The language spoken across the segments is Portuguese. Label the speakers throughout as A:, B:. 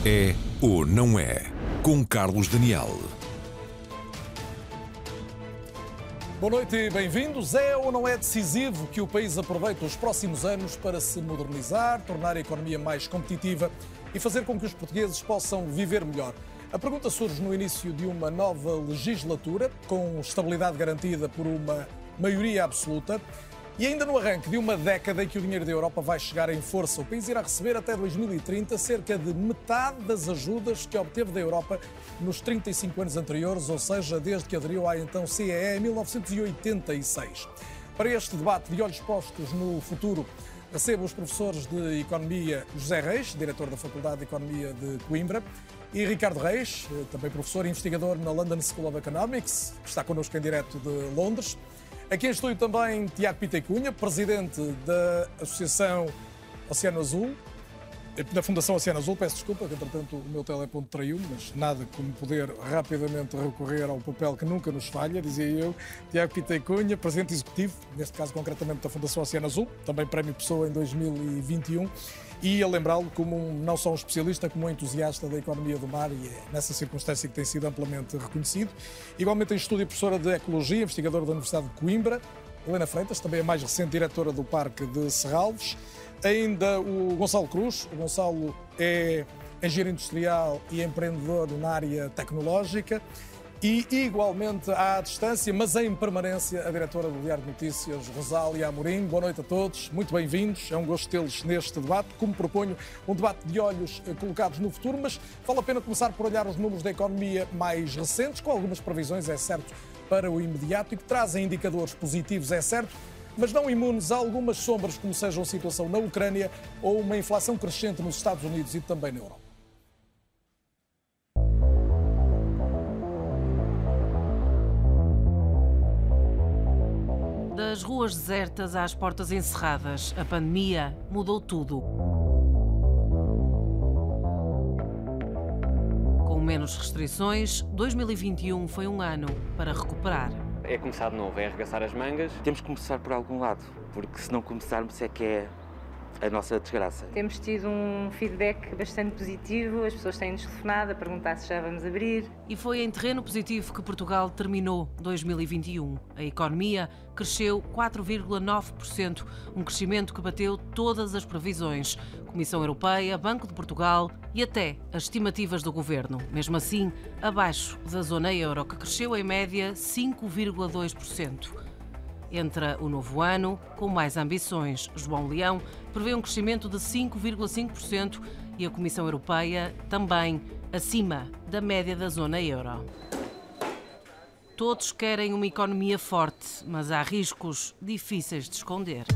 A: É ou não é? Com Carlos Daniel.
B: Boa noite e bem-vindos. É ou não é decisivo que o país aproveite os próximos anos para se modernizar, tornar a economia mais competitiva e fazer com que os portugueses possam viver melhor? A pergunta surge no início de uma nova legislatura, com estabilidade garantida por uma maioria absoluta, e ainda no arranque de uma década em que o dinheiro da Europa vai chegar em força. O país irá receber até 2030 cerca de metade das ajudas que obteve da Europa nos 35 anos anteriores, ou seja, desde que aderiu à então CEE em 1986. Para este debate de olhos postos no futuro, recebo os professores de Economia José Reis, diretor da Faculdade de Economia de Coimbra, e Ricardo Reis, também professor e investigador na London School of Economics, que está connosco em direto de Londres. Aqui em estúdio também Tiago Pitei Cunha, presidente da Associação Oceano Azul, da Fundação Oceano Azul, peço desculpa, que entretanto o meu teleponto traiu-me, mas nada como poder rapidamente recorrer ao papel que nunca nos falha, dizia eu. Tiago Pitei Cunha, presidente executivo, neste caso concretamente da Fundação Oceano Azul, também Prémio Pessoa em 2021, e a lembrá-lo como não só um especialista, como um entusiasta da economia do mar, e é nessa circunstância que tem sido amplamente reconhecido. Igualmente em estúdio, professora de Ecologia, investigadora da Universidade de Coimbra, Helena Freitas, também a mais recente diretora do Parque de Serralves. Ainda o Gonçalo Cruz. O Gonçalo é engenheiro industrial e empreendedor na área tecnológica. E, igualmente, à distância, mas em permanência, a diretora do Diário de Notícias, Rosália Amorim. Boa noite a todos, muito bem-vindos. É um gosto tê-los neste debate. Como proponho, um debate de olhos colocados no futuro, mas vale a pena começar por olhar os números da economia mais recentes, com algumas previsões, é certo, para o imediato e que trazem indicadores positivos, é certo, mas não imunes a algumas sombras, como seja a situação na Ucrânia ou uma inflação crescente nos Estados Unidos e também na Europa.
C: Das ruas desertas às portas encerradas, a pandemia mudou tudo. Com menos restrições, 2021 foi um ano para recuperar.
D: É começar de novo, é arregaçar as mangas.
E: Temos que começar por algum lado, porque se não começarmos é que é a nossa desgraça.
F: Temos tido um feedback bastante positivo, as pessoas têm-nos telefonado a perguntar se já vamos abrir.
C: E foi em terreno positivo que Portugal terminou 2021. A economia cresceu 4,9%, um crescimento que bateu todas as previsões. Comissão Europeia, Banco de Portugal e até as estimativas do Governo. Mesmo assim, abaixo da zona euro, que cresceu em média 5,2%. Entra o novo ano com mais ambições. João Leão prevê um crescimento de 5,5% e a Comissão Europeia também acima da média da zona euro. Todos querem uma economia forte, mas há riscos difíceis de esconder.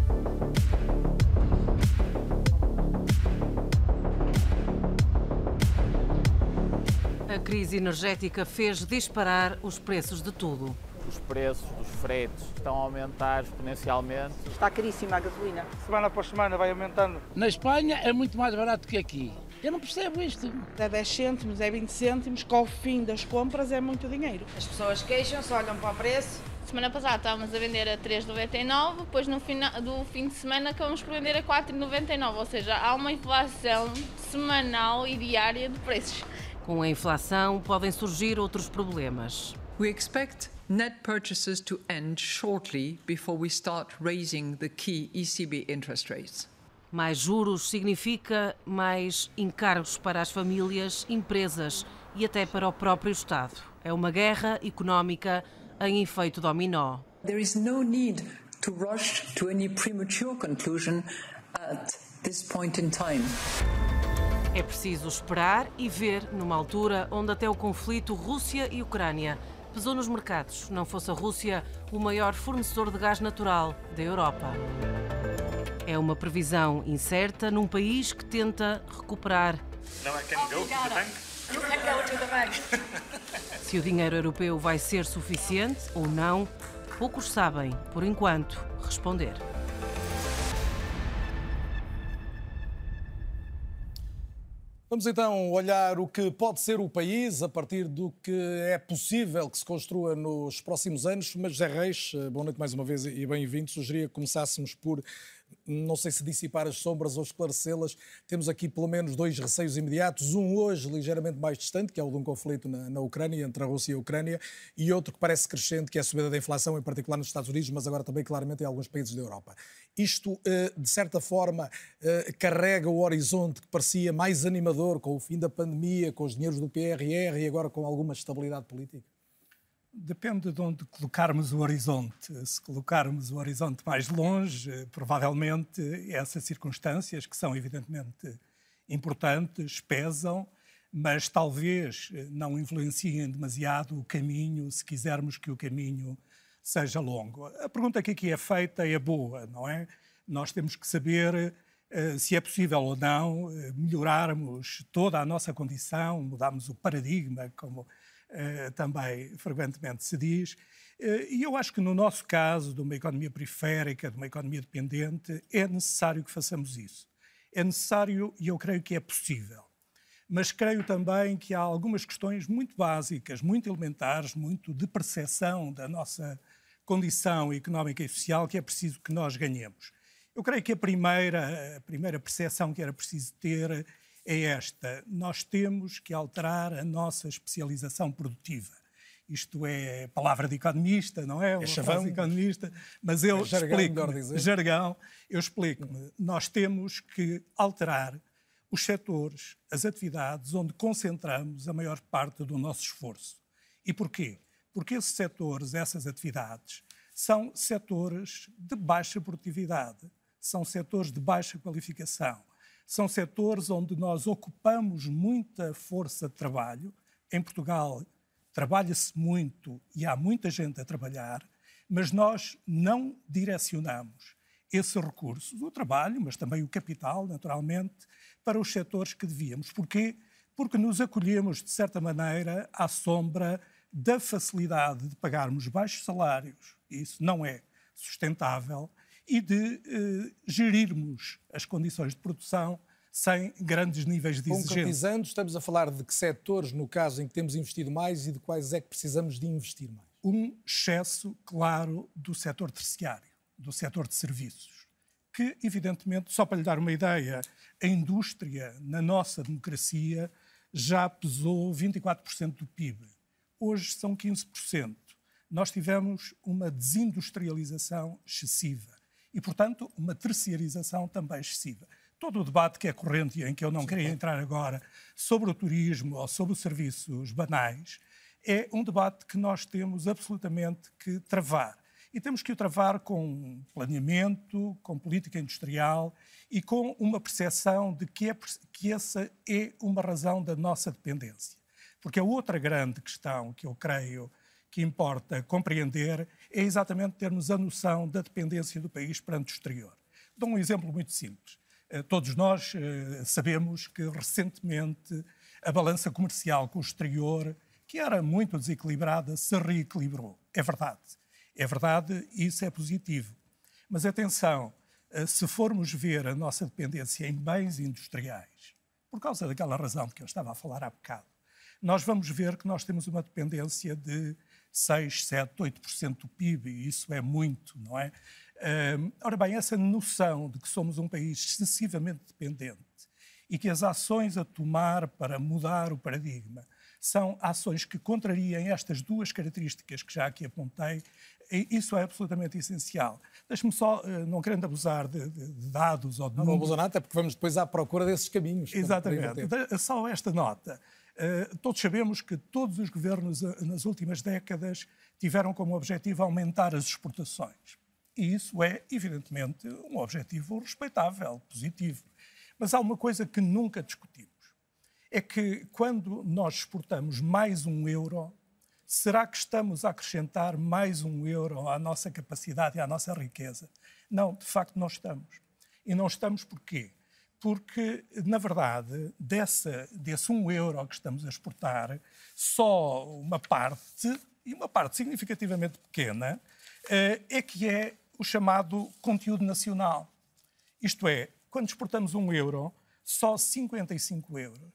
C: A crise energética fez disparar os preços de tudo.
G: Os preços dos fretes estão a aumentar exponencialmente.
H: Está caríssima a gasolina.
I: Semana após semana vai aumentando.
J: Na Espanha é muito mais barato que aqui. Eu não percebo isto.
H: É 10 cêntimos, é 20 cêntimos, que ao fim das compras é muito dinheiro.
K: As pessoas queixam-se, olham para o preço.
L: Semana passada estávamos a vender a 3,99, depois no final do fim de semana acabamos por vender a 4,99, ou seja, há uma inflação semanal e diária de preços.
C: Com a inflação podem surgir outros problemas.
M: We expect net purchases to end shortly before we start raising the key ECB interest rates.
C: Mais juros significa mais encargos para as famílias, empresas e até para o próprio Estado. É uma guerra económica em efeito dominó.
M: There is no need to rush to any premature conclusion at this point in time.
C: É preciso esperar e ver numa altura onde até o conflito Rússia e Ucrânia pesou nos mercados. Não fosse a Rússia o maior fornecedor de gás natural da Europa. É uma previsão incerta num país que tenta recuperar. Se o dinheiro europeu vai ser suficiente ou não, poucos sabem, por enquanto, responder.
B: Vamos então olhar o que pode ser o país a partir do que é possível que se construa nos próximos anos. Mas José Reis, boa noite mais uma vez e bem-vindo. Sugeria que começássemos por não sei se dissipar as sombras ou esclarecê-las. Temos aqui pelo menos 2 receios imediatos, um hoje ligeiramente mais distante, que é o de um conflito na Ucrânia, entre a Rússia e a Ucrânia, e outro que parece crescente, que é a subida da inflação, em particular nos Estados Unidos, mas agora também claramente em alguns países da Europa. Isto, de certa forma, carrega o horizonte que parecia mais animador com o fim da pandemia, com os dinheiros do PRR e agora com alguma estabilidade política?
N: Depende de onde colocarmos o horizonte. Se colocarmos o horizonte mais longe, provavelmente essas circunstâncias, que são evidentemente importantes, pesam, mas talvez não influenciem demasiado o caminho, se quisermos que o caminho seja longo. A pergunta que aqui é feita é boa, não é? Nós temos que saber se é possível ou não melhorarmos toda a nossa condição, mudarmos o paradigma, como também frequentemente se diz, e eu acho que no nosso caso, de uma economia periférica, de uma economia dependente, é necessário que façamos isso. É necessário e eu creio que é possível. Mas creio também que há algumas questões muito básicas, muito elementares, muito de percepção da nossa condição económica e social que é preciso que nós ganhemos. Eu creio que a primeira percepção que era preciso ter é esta: nós temos que alterar a nossa especialização produtiva. Isto é palavra de economista, não é?
B: É chavão.
N: De economista, mas eu
B: explico-me.
N: Jargão, eu explico-me. Nós temos que alterar os setores, as atividades onde concentramos a maior parte do nosso esforço. E porquê? Porque esses setores, essas atividades, são setores de baixa produtividade, são setores de baixa qualificação. São setores onde nós ocupamos muita força de trabalho. Em Portugal trabalha-se muito e há muita gente a trabalhar, mas nós não direcionamos esses recursos, o trabalho, mas também o capital, naturalmente, para os setores que devíamos. Porquê? Porque nos acolhemos, de certa maneira, à sombra da facilidade de pagarmos baixos salários, isso não é sustentável, e de gerirmos as condições de produção sem grandes níveis de exigência.
B: Concretizando, estamos a falar de que setores, no caso, em que temos investido mais e de quais é que precisamos de investir mais?
N: Um excesso claro do setor terciário, do setor de serviços, que, evidentemente, só para lhe dar uma ideia, a indústria, na nossa democracia, já pesou 24% do PIB. Hoje são 15%. Nós tivemos uma desindustrialização excessiva e, portanto, uma terciarização também excessiva. Todo o debate que é corrente e em que eu não queria entrar agora sobre o turismo ou sobre os serviços banais é um debate que nós temos absolutamente que travar. E temos que o travar com planeamento, com política industrial e com uma percepção de que essa é uma razão da nossa dependência. Porque a outra grande questão que eu creio que importa compreender é exatamente termos a noção da dependência do país perante o exterior. Dou um exemplo muito simples. Todos nós sabemos que recentemente a balança comercial com o exterior, que era muito desequilibrada, se reequilibrou. É verdade. É verdade, isso é positivo. Mas atenção, se formos ver a nossa dependência em bens industriais, por causa daquela razão de que eu estava a falar há bocado, nós vamos ver que nós temos uma dependência de 6, 7, 8% do PIB, e isso é muito, não é? Ora bem, essa noção de que somos um país excessivamente dependente e que as ações a tomar para mudar o paradigma são ações que contrariem estas duas características que já aqui apontei, e isso é absolutamente essencial. Deixe-me só, não querendo abusar de dados ou de números...
B: Não abusar nada, porque vamos depois à procura desses caminhos.
N: Exatamente. Só esta nota. Todos sabemos que todos os governos nas últimas décadas tiveram como objetivo aumentar as exportações. E isso é, evidentemente, um objetivo respeitável, positivo. Mas há uma coisa que nunca discutimos. É que quando nós exportamos mais €1, será que estamos a acrescentar mais €1 à nossa capacidade e à nossa riqueza? Não, de facto não estamos. E não estamos porquê? Porque, na verdade, desse €1 que estamos a exportar, só uma parte, e uma parte significativamente pequena, é que é o chamado conteúdo nacional. Isto é, quando exportamos €1, só 55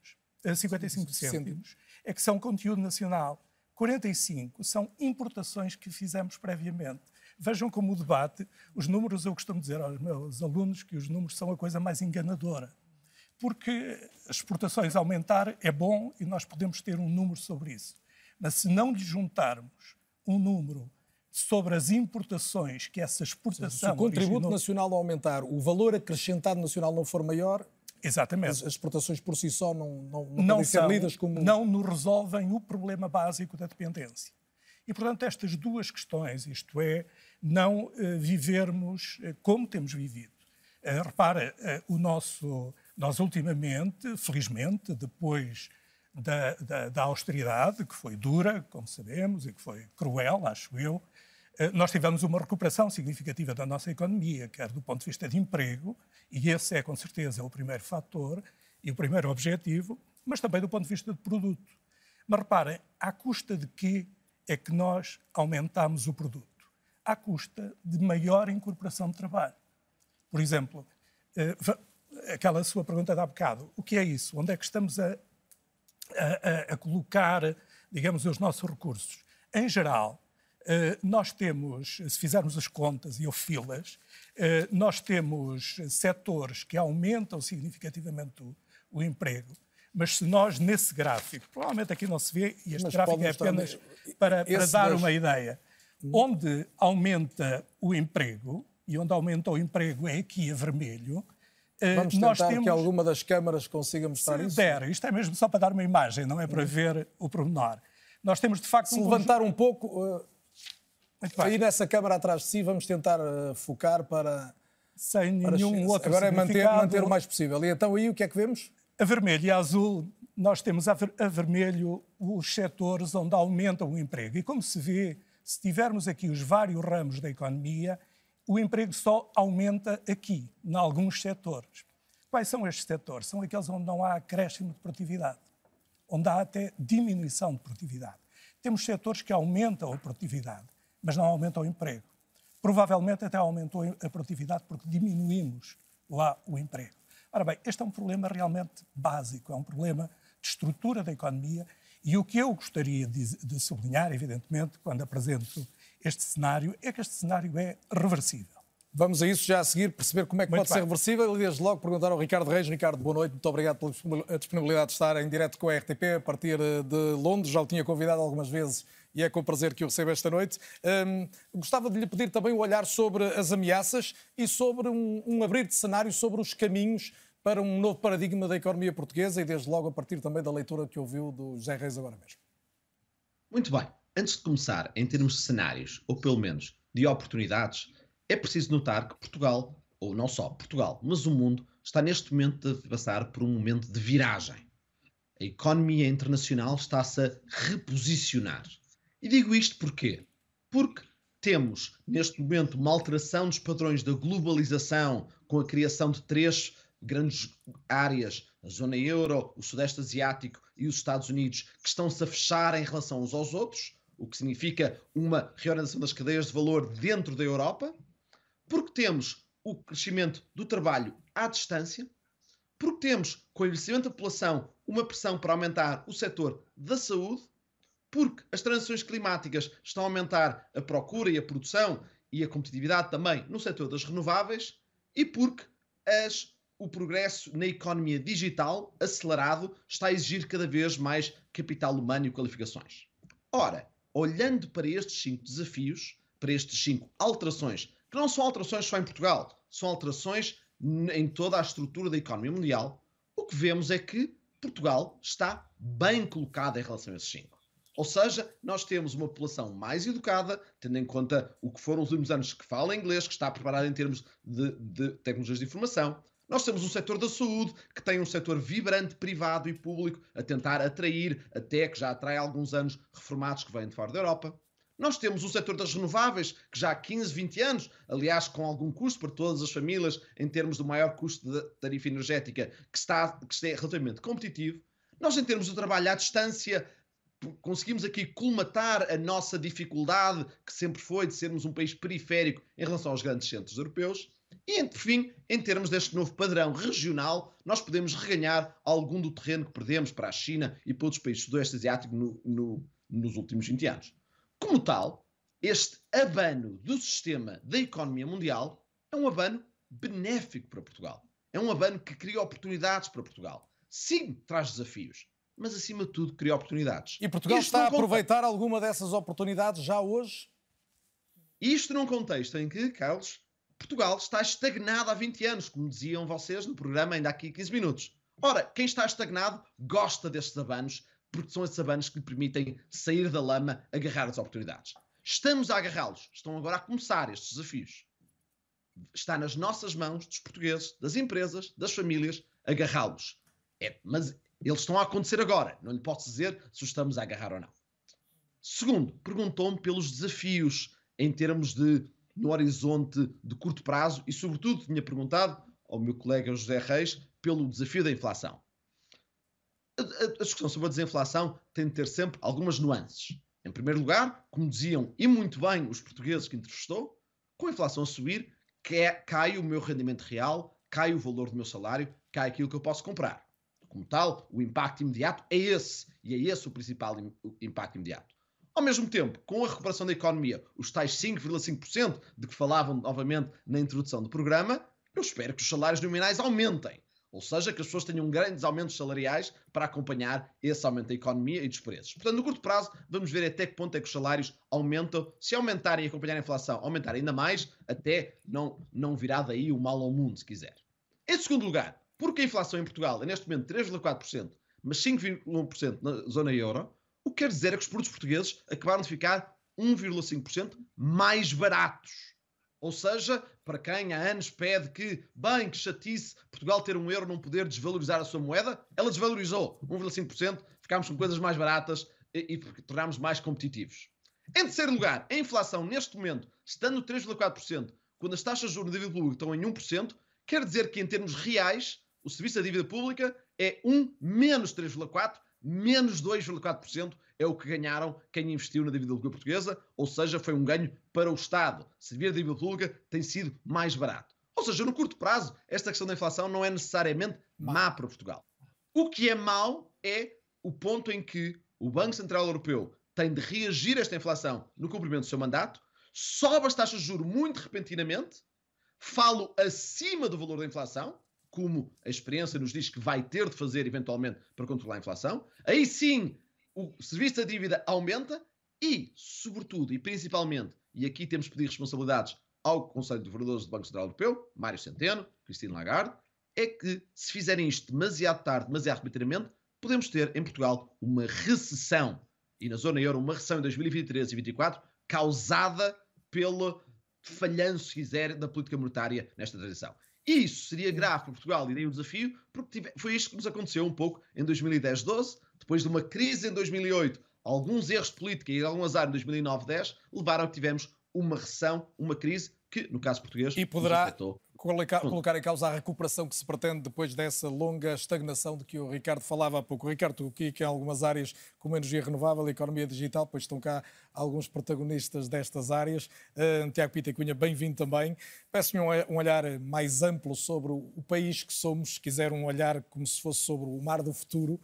N: cêntimos é que são conteúdo nacional. 45 são importações que fizemos previamente. Vejam como o debate, os números, eu costumo dizer aos meus alunos que os números são a coisa mais enganadora. Porque as exportações aumentar é bom e nós podemos ter um número sobre isso. Mas se não lhe juntarmos um número sobre as importações que essa exportação...
B: Se o contributo nacional aumentar, o valor acrescentado nacional não for maior...
N: Exatamente.
B: As exportações por si só não podem ser lidas como...
N: Não nos resolvem o problema básico da dependência. E, portanto, estas duas questões, isto é, não vivermos como temos vivido. Repara, nós ultimamente, felizmente, depois da austeridade, que foi dura, como sabemos, e que foi cruel, acho eu, nós tivemos uma recuperação significativa da nossa economia, quer do ponto de vista de emprego, e esse é, com certeza, o primeiro fator e o primeiro objetivo, mas também do ponto de vista de produto. Mas reparem, à custa de quê é que nós aumentamos o produto? À custa de maior incorporação de trabalho. Por exemplo, aquela sua pergunta de há bocado, o que é isso? Onde é que estamos a colocar, digamos, os nossos recursos? Em geral, nós temos, se fizermos as contas e filas, nós temos setores que aumentam significativamente o emprego, mas se nós, nesse gráfico, provavelmente aqui não se vê, e este gráfico é apenas para dar uma ideia, onde aumenta o emprego, e onde aumenta o emprego é aqui a vermelho.
B: Vamos tentar que alguma das câmaras consiga mostrar isso.
N: Isto é mesmo só para dar uma imagem, não é para ver o pormenor. Nós temos, de facto...
B: Se levantar um pouco, aí nessa câmara atrás de si, vamos tentar focar para...
N: Sem nenhum outro
B: agora é manter o mais possível. E então aí o que é que vemos?
N: A vermelho e a azul, nós temos a vermelho os setores onde aumenta o emprego. E como se vê, se tivermos aqui os vários ramos da economia, o emprego só aumenta aqui, em alguns setores. Quais são estes setores? São aqueles onde não há acréscimo de produtividade, onde há até diminuição de produtividade. Temos setores que aumentam a produtividade, mas não aumentam o emprego. Provavelmente até aumentou a produtividade porque diminuímos lá o emprego. Ora bem, este é um problema realmente básico, é um problema de estrutura da economia e o que eu gostaria de sublinhar, evidentemente, quando apresento este cenário, é que este cenário é reversível.
B: Vamos a isso já a seguir, perceber como é que pode ser reversível e desde logo perguntar ao Ricardo Reis. Ricardo, boa noite, muito obrigado pela disponibilidade de estar em direto com a RTP a partir de Londres. Já o tinha convidado algumas vezes e é com prazer que o recebo esta noite. Gostava de lhe pedir também o olhar sobre as ameaças e sobre um abrir de cenário sobre os caminhos para um novo paradigma da economia portuguesa e desde logo a partir também da leitura que ouviu do José Reis agora mesmo.
O: Muito bem. Antes de começar, em termos de cenários, ou pelo menos de oportunidades, é preciso notar que Portugal, ou não só Portugal, mas o mundo, está neste momento a passar por um momento de viragem. A economia internacional está-se a reposicionar. E digo isto porquê? Porque temos, neste momento, uma alteração dos padrões da globalização, com a criação de 3 grandes áreas, a zona euro, o Sudeste Asiático e os Estados Unidos, que estão-se a fechar em relação uns aos outros, o que significa uma reorientação das cadeias de valor dentro da Europa, porque temos o crescimento do trabalho à distância, porque temos, com o envelhecimento da população, uma pressão para aumentar o setor da saúde, porque as transições climáticas estão a aumentar a procura e a produção e a competitividade também no setor das renováveis, e porque o progresso na economia digital acelerado está a exigir cada vez mais capital humano e qualificações. Ora, olhando para estes 5 desafios, para estas 5 alterações, que não são alterações só em Portugal, são alterações em toda a estrutura da economia mundial, o que vemos é que Portugal está bem colocado em relação a esses 5. Ou seja, nós temos uma população mais educada, tendo em conta o que foram os últimos anos que fala inglês, que está preparada em termos de tecnologias de informação. Nós temos um setor da saúde, que tem um setor vibrante, privado e público, a tentar atrair, até que já atrai há alguns anos, reformados que vêm de fora da Europa. Nós temos o setor das renováveis, que já há 15, 20 anos, aliás, com algum custo para todas as famílias, em termos do maior custo da tarifa energética, que está relativamente competitivo. Nós, em termos do trabalho à distância, conseguimos aqui colmatar a nossa dificuldade, que sempre foi de sermos um país periférico em relação aos grandes centros europeus. E, por fim, em termos deste novo padrão regional, nós podemos reganhar algum do terreno que perdemos para a China e para outros países do Sudeste Asiático nos últimos 20 anos. Como tal, este abano do sistema da economia mundial é um abano benéfico para Portugal. É um abano que cria oportunidades para Portugal. Sim, traz desafios, mas acima de tudo cria oportunidades.
B: E Portugal está a aproveitar alguma dessas oportunidades já hoje?
O: Isto num contexto em que, Carlos, Portugal está estagnado há 20 anos, como diziam vocês no programa ainda há aqui 15 minutos. Ora, quem está estagnado gosta destes abanos, porque são estes abanos que lhe permitem sair da lama, agarrar as oportunidades. Estamos a agarrá-los. Estão agora a começar estes desafios. Está nas nossas mãos, dos portugueses, das empresas, das famílias, agarrá-los. Mas eles estão a acontecer agora. Não lhe posso dizer se os estamos a agarrar ou não. Segundo, perguntou-me pelos desafios em termos de, no horizonte de curto prazo e, sobretudo, tinha perguntado ao meu colega José Reis pelo desafio da inflação. A discussão sobre a desinflação tem de ter sempre algumas nuances. Em primeiro lugar, como diziam e muito bem os portugueses que entrevistou, com a inflação a subir, cai o meu rendimento real, cai o valor do meu salário, cai aquilo que eu posso comprar. Como tal, o impacto imediato é esse, e é esse o principal impacto imediato. Ao mesmo tempo, com a recuperação da economia, os tais 5,5% de que falavam novamente na introdução do programa, eu espero que os salários nominais aumentem. Ou seja, que as pessoas tenham grandes aumentos salariais para acompanhar esse aumento da economia e dos preços. Portanto, no curto prazo, vamos ver até que ponto é que os salários aumentam. Se aumentarem e acompanhar a inflação, aumentar ainda mais, até não virá daí o mal ao mundo, se quiser. Em segundo lugar, porque a inflação em Portugal é neste momento 3,4%, mas 5,1% na zona euro, o que quer dizer é que os produtos portugueses acabaram de ficar 1,5% mais baratos. Ou seja, para quem há anos pede que, bem, que chatice Portugal ter um euro não poder desvalorizar a sua moeda, ela desvalorizou 1,5%, ficámos com coisas mais baratas e tornámos mais competitivos. Em terceiro lugar, a inflação neste momento, estando no 3,4%, quando as taxas de juros da dívida pública estão em 1%, quer dizer que em termos reais, o serviço da dívida pública é menos 3,4%, menos 2,4% é o que ganharam quem investiu na dívida pública portuguesa, ou seja, foi um ganho para o Estado. Servir a dívida pública tem sido mais barato. Ou seja, no curto prazo, esta questão da inflação não é necessariamente má para Portugal. O que é mau é o ponto em que o Banco Central Europeu tem de reagir a esta inflação no cumprimento do seu mandato, sobe as taxas de juros muito repentinamente, falo acima do valor da inflação, como a experiência nos diz que vai ter de fazer eventualmente para controlar a inflação. Aí sim, o serviço da dívida aumenta e, sobretudo e principalmente, e aqui temos de pedir responsabilidades ao Conselho de Governadores do Banco Central Europeu, Mário Centeno, Christine Lagarde, é que se fizerem isto demasiado tarde, demasiado repentinamente, podemos ter em Portugal uma recessão e na zona euro uma recessão em 2023 e 2024 causada pelo falhanço, se quiser, da política monetária nesta transição. E isso seria grave para Portugal e daí o desafio, porque foi isto que nos aconteceu um pouco em 2010-12, depois de uma crise em 2008, alguns erros de política e algum azar em 2009-10 levaram a que tivemos uma recessão, uma crise que, no caso português,
B: e poderá colocar em causa a recuperação que se pretende depois dessa longa estagnação de que o Ricardo falava há pouco. Ricardo, tu aqui em algumas áreas como a energia renovável e a economia digital, pois estão cá alguns protagonistas destas áreas. Tiago Pita Cunha, bem-vindo também. Peço-lhe um olhar mais amplo sobre o país que somos, se quiser um olhar como se fosse sobre o mar do futuro,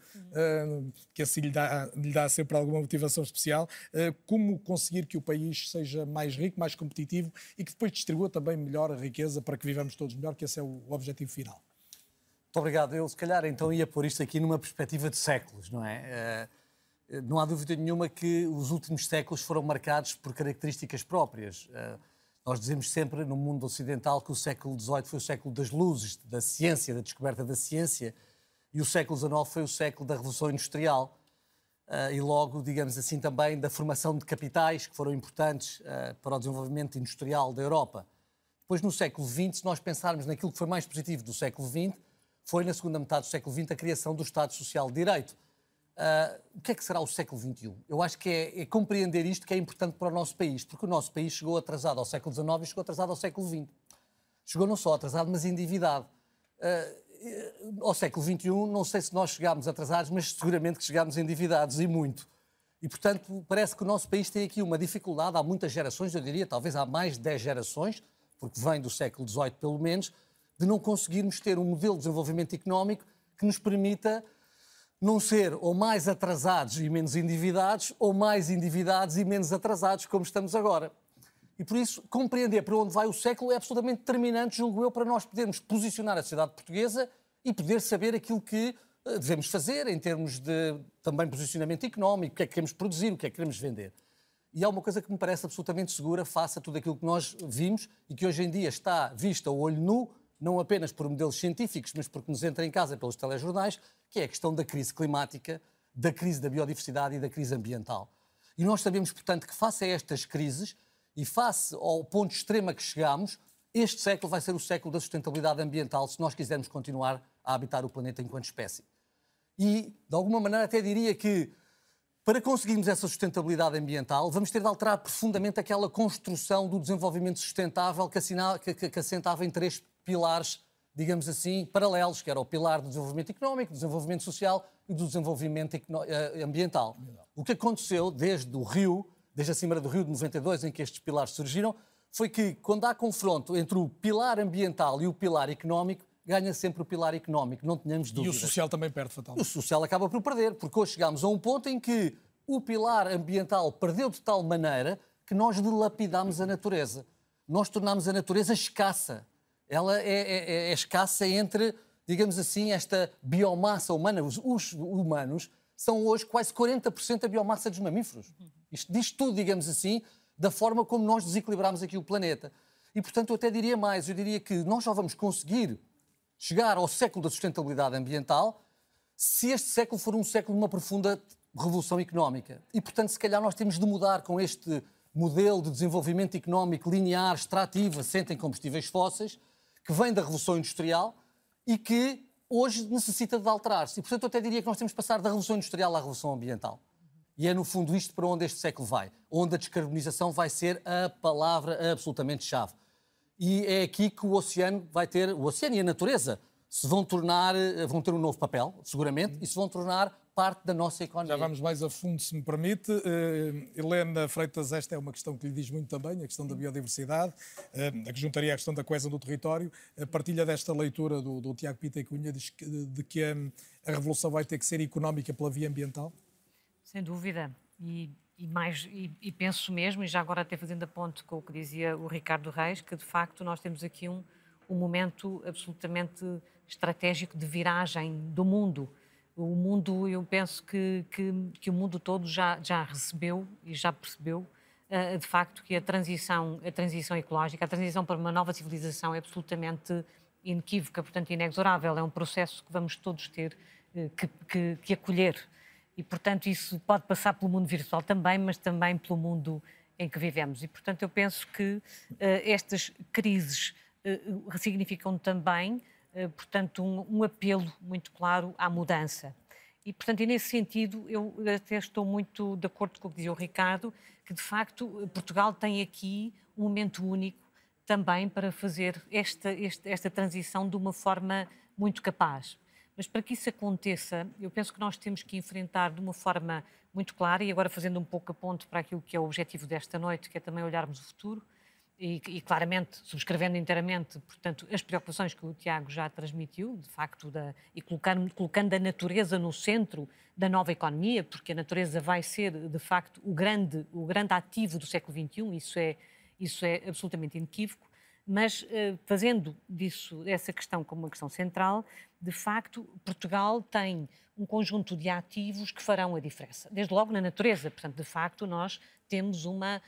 B: que assim lhe dá sempre alguma motivação especial. Como conseguir que o país seja mais rico, mais competitivo e que depois distribua também melhor a riqueza para que vivamos todos melhor, que esse é o objetivo final.
P: Muito obrigado. Eu, se calhar, então ia pôr isto aqui numa perspectiva de séculos, não é? Não há dúvida nenhuma que os últimos séculos foram marcados por características próprias. Nós dizemos sempre, no mundo ocidental, que o século XVIII foi o século das luzes, da ciência, da descoberta da ciência, e o século XIX foi o século da Revolução Industrial, e logo, digamos assim, também da formação de capitais, que foram importantes para o desenvolvimento industrial da Europa. Depois, no século XX, se nós pensarmos naquilo que foi mais positivo do século XX, foi, na segunda metade do século XX, a criação do Estado Social de Direito. O que é que será o século XXI? Eu acho que é compreender isto que é importante para o nosso país, porque o nosso país chegou atrasado ao século XIX e chegou atrasado ao século XX. Chegou não só atrasado, mas endividado. Ao século XXI, não sei se nós chegámos atrasados, mas seguramente que chegámos endividados, e muito. E, portanto, parece que o nosso país tem aqui uma dificuldade, há muitas gerações, eu diria, talvez há mais de 10 gerações, porque vem do século XVIII pelo menos, de não conseguirmos ter um modelo de desenvolvimento económico que nos permita não ser ou mais atrasados e menos endividados, ou mais endividados e menos atrasados, como estamos agora. E por isso, compreender para onde vai o século é absolutamente determinante, julgo eu, para nós podermos posicionar a sociedade portuguesa e poder saber aquilo que devemos fazer em termos de também posicionamento económico, o que é que queremos produzir, o que é que queremos vender. E há uma coisa que me parece absolutamente segura face a tudo aquilo que nós vimos e que hoje em dia está vista ao olho nu, não apenas por modelos científicos, mas porque nos entra em casa pelos telejornais, que é a questão da crise climática, da crise da biodiversidade e da crise ambiental. E nós sabemos, portanto, que face a estas crises e face ao ponto extremo a que chegamos, este século vai ser o século da sustentabilidade ambiental se nós quisermos continuar a habitar o planeta enquanto espécie. E, de alguma maneira, até diria que para conseguirmos essa sustentabilidade ambiental, vamos ter de alterar profundamente aquela construção do desenvolvimento sustentável que assentava em 3 pilares, digamos assim, paralelos, que era o pilar do desenvolvimento económico, do desenvolvimento social e do desenvolvimento ambiental. O que aconteceu desde a Cimeira do Rio de 92, em que estes pilares surgiram, foi que, quando há confronto entre o pilar ambiental e o pilar económico, ganha sempre o pilar económico, não tenhamos dúvidas.
B: E o social também perde fatalmente.
P: O social acaba por perder, porque hoje chegámos a um ponto em que o pilar ambiental perdeu de tal maneira que nós dilapidámos a natureza. Nós tornámos a natureza escassa. Ela é escassa entre, digamos assim, esta biomassa humana. Os humanos são hoje quase 40% da biomassa dos mamíferos. Isto diz tudo, digamos assim, da forma como nós desequilibramos aqui o planeta. E, portanto, eu até diria mais. Eu diria que nós só vamos conseguir chegar ao século da sustentabilidade ambiental se este século for um século de uma profunda revolução económica. E, portanto, se calhar nós temos de mudar com este modelo de desenvolvimento económico linear, extrativo, assente em combustíveis fósseis, que vem da Revolução Industrial e que hoje necessita de alterar-se. E, portanto, eu até diria que nós temos de passar da Revolução Industrial à Revolução Ambiental. E é, no fundo, isto para onde este século vai. Onde a descarbonização vai ser a palavra absolutamente chave. E é aqui que o oceano e a natureza vão ter um novo papel, seguramente, e se vão tornar parte da nossa economia.
B: Já vamos mais a fundo, se me permite. Helena Freitas, esta é uma questão que lhe diz muito também, a questão da biodiversidade, a que juntaria a questão da coesão do território. A partilha desta leitura do Tiago Pita e Cunha de que a revolução vai ter que ser económica pela via ambiental?
Q: Sem dúvida. E penso mesmo, e já agora até fazendo a ponte com o que dizia o Ricardo Reis, que de facto nós temos aqui um momento absolutamente estratégico de viragem do mundo. O mundo, eu penso que o mundo todo já recebeu e já percebeu de facto que a transição ecológica, a transição para uma nova civilização é absolutamente inequívoca, portanto inexorável. É um processo que vamos todos ter que acolher. E, portanto, isso pode passar pelo mundo virtual também, mas também pelo mundo em que vivemos. E, portanto, eu penso que estas crises significam também, portanto, um apelo muito claro à mudança. E, portanto, nesse sentido, eu até estou muito de acordo com o que dizia o Ricardo, que, de facto, Portugal tem aqui um momento único também para fazer esta transição de uma forma muito capaz. Mas para que isso aconteça, eu penso que nós temos que enfrentar de uma forma muito clara, e agora fazendo um pouco a ponto para aquilo que é o objetivo desta noite, que é também olharmos o futuro, e claramente subscrevendo inteiramente, portanto, as preocupações que o Tiago já transmitiu, de facto, e colocando a natureza no centro da nova economia, porque a natureza vai ser, de facto, o grande ativo do século XXI, isso é absolutamente inequívoco. Mas fazendo essa questão como uma questão central, de facto, Portugal tem um conjunto de ativos que farão a diferença. Desde logo na natureza, portanto, de facto, nós temos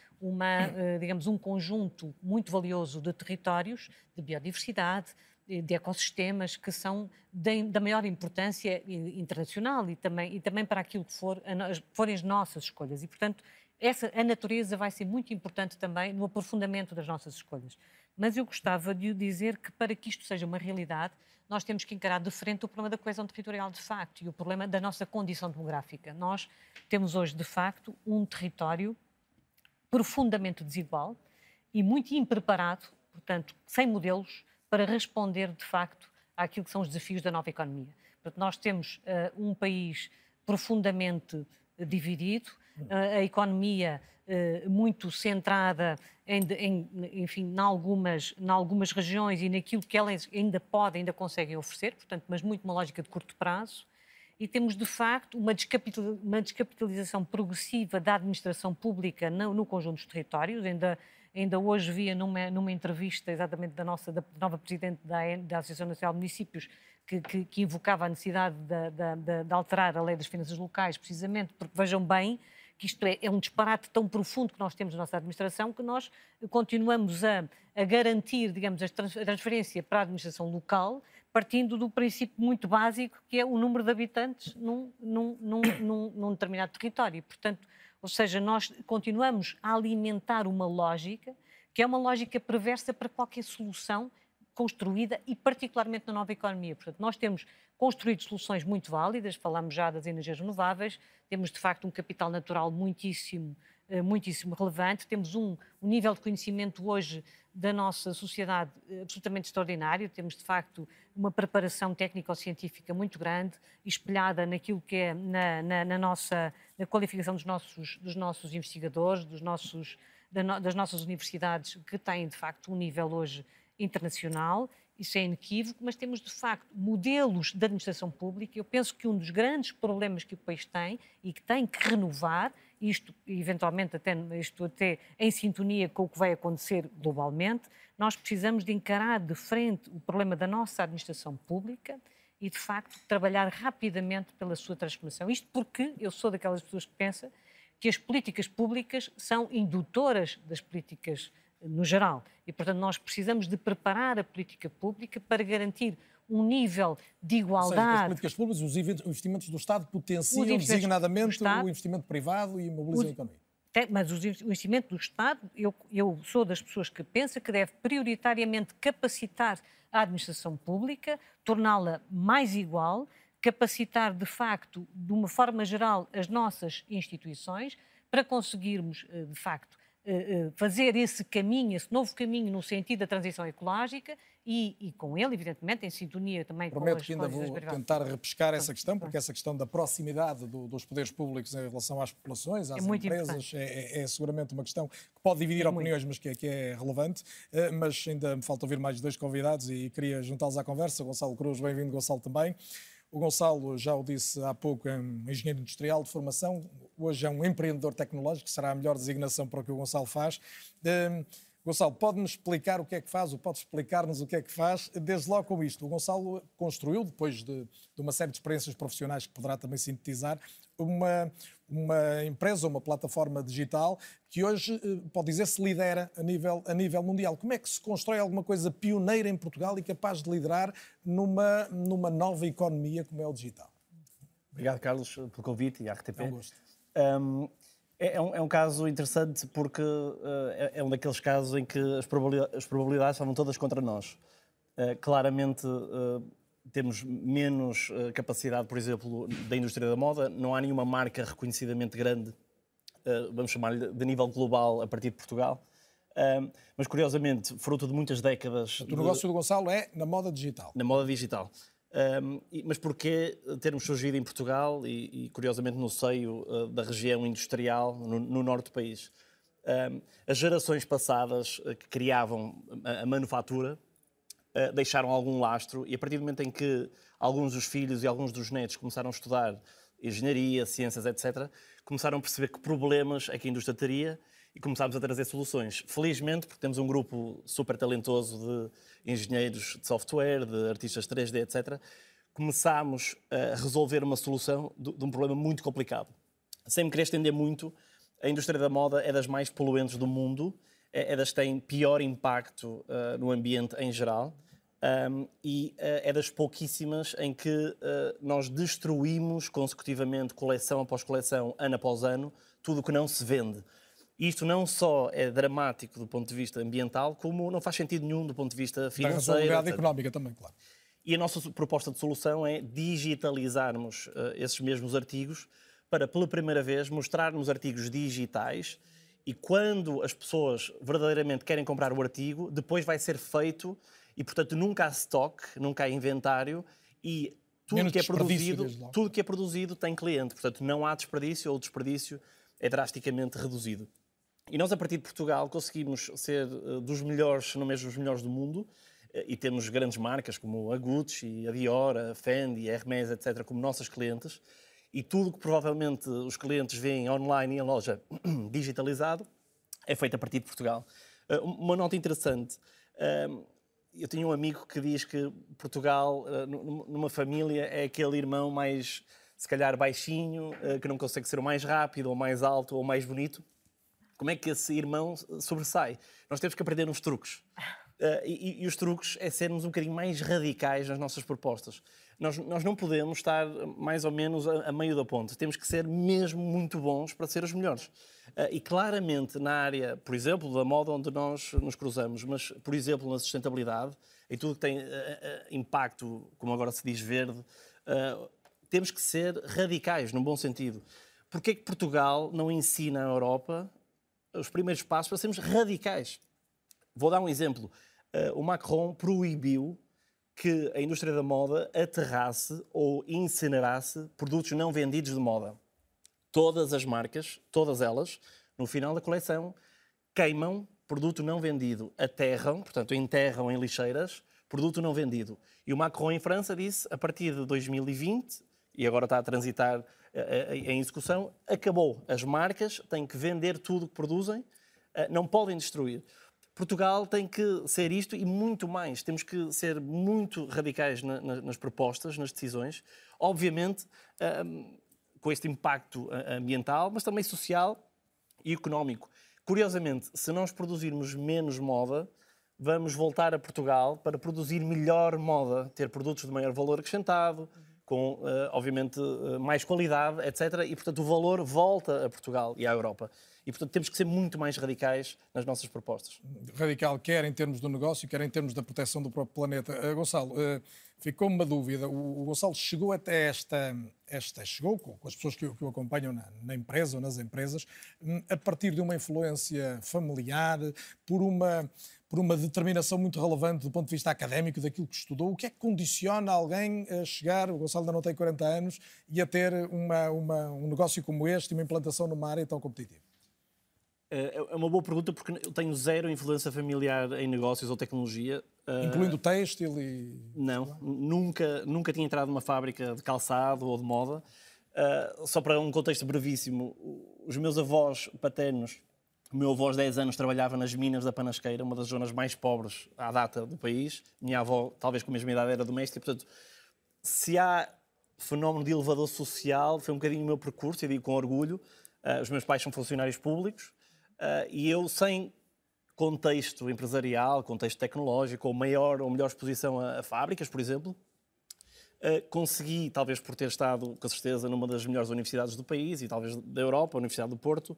Q: digamos, um conjunto muito valioso de territórios, de biodiversidade, de ecossistemas que são da maior importância internacional e também para aquilo que forem as nossas escolhas. E, portanto, a natureza vai ser muito importante também no aprofundamento das nossas escolhas. Mas eu gostava de dizer que para que isto seja uma realidade, nós temos que encarar de frente o problema da coesão territorial de facto e o problema da nossa condição demográfica. Nós temos hoje, de facto, um território profundamente desigual e muito impreparado, portanto, sem modelos, para responder, de facto, àquilo que são os desafios da nova economia. Portanto, nós temos um país profundamente dividido, a economia muito centrada em algumas regiões e naquilo que elas ainda conseguem oferecer, portanto, mas muito uma lógica de curto prazo, e temos, de facto, uma descapitalização progressiva da administração pública no conjunto dos territórios. Ainda hoje via numa entrevista exatamente da nova Presidente da Associação Nacional de Municípios que invocava a necessidade de alterar a lei das finanças locais, precisamente porque, vejam bem, que isto é um disparate tão profundo que nós temos na nossa administração, que nós continuamos a garantir, digamos, a transferência para a administração local, partindo do princípio muito básico, que é o número de habitantes num determinado território. E, portanto, ou seja, nós continuamos a alimentar uma lógica que é uma lógica perversa para qualquer solução construída e particularmente na nova economia. Portanto, nós temos construído soluções muito válidas, falamos já das energias renováveis, temos de facto um capital natural muitíssimo relevante, temos um nível de conhecimento hoje da nossa sociedade absolutamente extraordinário, temos de facto uma preparação técnico-científica muito grande, espelhada naquilo que é na qualificação dos nossos investigadores, das nossas universidades, que têm de facto um nível hoje internacional, isso é inequívoco, mas temos de facto modelos de administração pública. Eu penso que um dos grandes problemas que o país tem e que tem que renovar, isto eventualmente até em sintonia com o que vai acontecer globalmente, nós precisamos de encarar de frente o problema da nossa administração pública e de facto trabalhar rapidamente pela sua transformação. Isto porque eu sou daquelas pessoas que pensam que as políticas públicas são indutoras das políticas no geral. E, portanto, nós precisamos de preparar a política pública para garantir um nível de igualdade.
B: Ou seja, as políticas públicas, os investimentos do Estado potenciam designadamente o investimento privado e mobilizam a economia.
Q: Mas o investimento do Estado, eu sou das pessoas que pensa que deve prioritariamente capacitar a administração pública, torná-la mais igual, capacitar, de facto, de uma forma geral, as nossas instituições, para conseguirmos, de facto, fazer esse caminho, esse novo caminho no sentido da transição ecológica e com ele, evidentemente, em sintonia também com as...
B: Prometo que ainda vou tentar repescar essa questão, porque essa questão da proximidade dos poderes públicos em relação às populações, às empresas, é seguramente uma questão que pode dividir opiniões, mas que é relevante. Mas ainda me falta ouvir mais 2 convidados e queria juntá-los à conversa. Gonçalo Cruz, bem-vindo, Gonçalo, também. O Gonçalo, já o disse há pouco, é um engenheiro industrial de formação, hoje é um empreendedor tecnológico, que será a melhor designação para o que o Gonçalo faz. Gonçalo, pode-nos explicar o que é que faz, ou pode explicar-nos o que é que faz, desde logo com isto. O Gonçalo construiu, depois de uma série de experiências profissionais que poderá também sintetizar, uma empresa, uma plataforma digital que hoje, pode dizer-se, lidera a nível mundial. Como é que se constrói alguma coisa pioneira em Portugal e capaz de liderar numa nova economia como é o digital?
R: Obrigado, Carlos, pelo convite e à RTP.
B: É um gosto.
R: É um caso interessante porque é um daqueles casos em que as probabilidades estavam todas contra nós. Claramente temos menos capacidade, por exemplo, da indústria da moda. Não há nenhuma marca reconhecidamente grande, vamos chamar-lhe, de nível global a partir de Portugal. Mas, curiosamente, fruto de muitas décadas...
B: O negócio do Gonçalo é na moda digital.
R: Na moda digital. Mas porquê termos surgido em Portugal e curiosamente, no seio da região industrial, no norte do país? As gerações passadas que criavam a manufatura deixaram algum lastro e, a partir do momento em que alguns dos filhos e alguns dos netos começaram a estudar engenharia, ciências, etc., começaram a perceber que problemas é que a indústria teria e começámos a trazer soluções. Felizmente, porque temos um grupo super talentoso de engenheiros de software, de artistas 3D, etc., começámos a resolver uma solução de um problema muito complicado. Sem me querer estender muito, a indústria da moda é das mais poluentes do mundo, é das que têm pior impacto no ambiente em geral e é das pouquíssimas em que nós destruímos consecutivamente, coleção após coleção, ano após ano, tudo o que não se vende. Isto não só é dramático do ponto de vista ambiental, como não faz sentido nenhum do ponto de vista financeiro. Da
B: responsabilidade económica também, claro.
R: E a nossa proposta de solução é digitalizarmos esses mesmos artigos para, pela primeira vez, mostrarmos artigos digitais e quando as pessoas verdadeiramente querem comprar o artigo, depois vai ser feito e, portanto, nunca há stock, nunca há inventário e tudo que é produzido tem cliente. Portanto, não há desperdício ou o desperdício é drasticamente reduzido. E nós, a partir de Portugal, conseguimos ser dos melhores, se não mesmo os melhores do mundo, e temos grandes marcas como a Gucci, a Dior, a Fendi, a Hermès, etc., como nossas clientes, e tudo que provavelmente os clientes veem online e em loja digitalizado é feito a partir de Portugal. Uma nota interessante, eu tenho um amigo que diz que Portugal, numa família, é aquele irmão mais, se calhar, baixinho, que não consegue ser o mais rápido, ou mais alto, ou mais bonito. Como é que esse irmão sobressai? Nós temos que aprender uns truques. E os truques é sermos um bocadinho mais radicais nas nossas propostas. Nós não podemos estar mais ou menos a meio da ponte. Temos que ser mesmo muito bons para ser os melhores. E claramente na área, por exemplo, da moda onde nós nos cruzamos, mas, por exemplo, na sustentabilidade, em tudo que tem impacto, como agora se diz, verde, temos que ser radicais, num bom sentido. Porquê é que Portugal não ensina à Europa os primeiros passos para sermos radicais? Vou dar um exemplo. O Macron proibiu que a indústria da moda aterrasse ou incinerasse produtos não vendidos de moda. Todas as marcas, todas elas, no final da coleção, queimam produto não vendido, aterram, portanto enterram em lixeiras, produto não vendido. E o Macron em França disse, a partir de 2020, e agora está a transitar em execução, acabou. As marcas têm que vender tudo o que produzem, não podem destruir. Portugal tem que ser isto e muito mais. Temos que ser muito radicais nas propostas, nas decisões. Obviamente, com este impacto ambiental, mas também social e económico. Curiosamente, se nós produzirmos menos moda, vamos voltar a Portugal para produzir melhor moda, ter produtos de maior valor acrescentado, com, obviamente, mais qualidade, etc. E, portanto, o valor volta a Portugal e à Europa. E, portanto, temos que ser muito mais radicais nas nossas propostas.
B: Radical, quer em termos do negócio, quer em termos da proteção do próprio planeta. Gonçalo, ficou-me uma dúvida. O Gonçalo chegou até chegou com as pessoas que o acompanham na empresa ou nas empresas, a partir de uma influência familiar, por uma determinação muito relevante do ponto de vista académico daquilo que estudou. O que é que condiciona alguém a chegar, o Gonçalo ainda não tem 40 anos, e a ter um negócio como este, uma implantação numa área tão competitiva?
R: É uma boa pergunta, porque eu tenho zero influência familiar em negócios ou tecnologia.
B: Incluindo têxtil e...
R: Não, nunca tinha entrado numa fábrica de calçado ou de moda. Só para um contexto brevíssimo, os meus avós paternos, o meu avô aos 10 anos trabalhava nas minas da Panasqueira, uma das zonas mais pobres à data do país. Minha avó, talvez com a mesma idade, era doméstica. Portanto, se há fenómeno de elevador social, foi um bocadinho o meu percurso, eu digo com orgulho. Os meus pais são funcionários públicos. E eu, sem contexto empresarial, contexto tecnológico, ou maior ou melhor exposição a fábricas, por exemplo, consegui, talvez por ter estado, com certeza, numa das melhores universidades do país e talvez da Europa, a Universidade do Porto,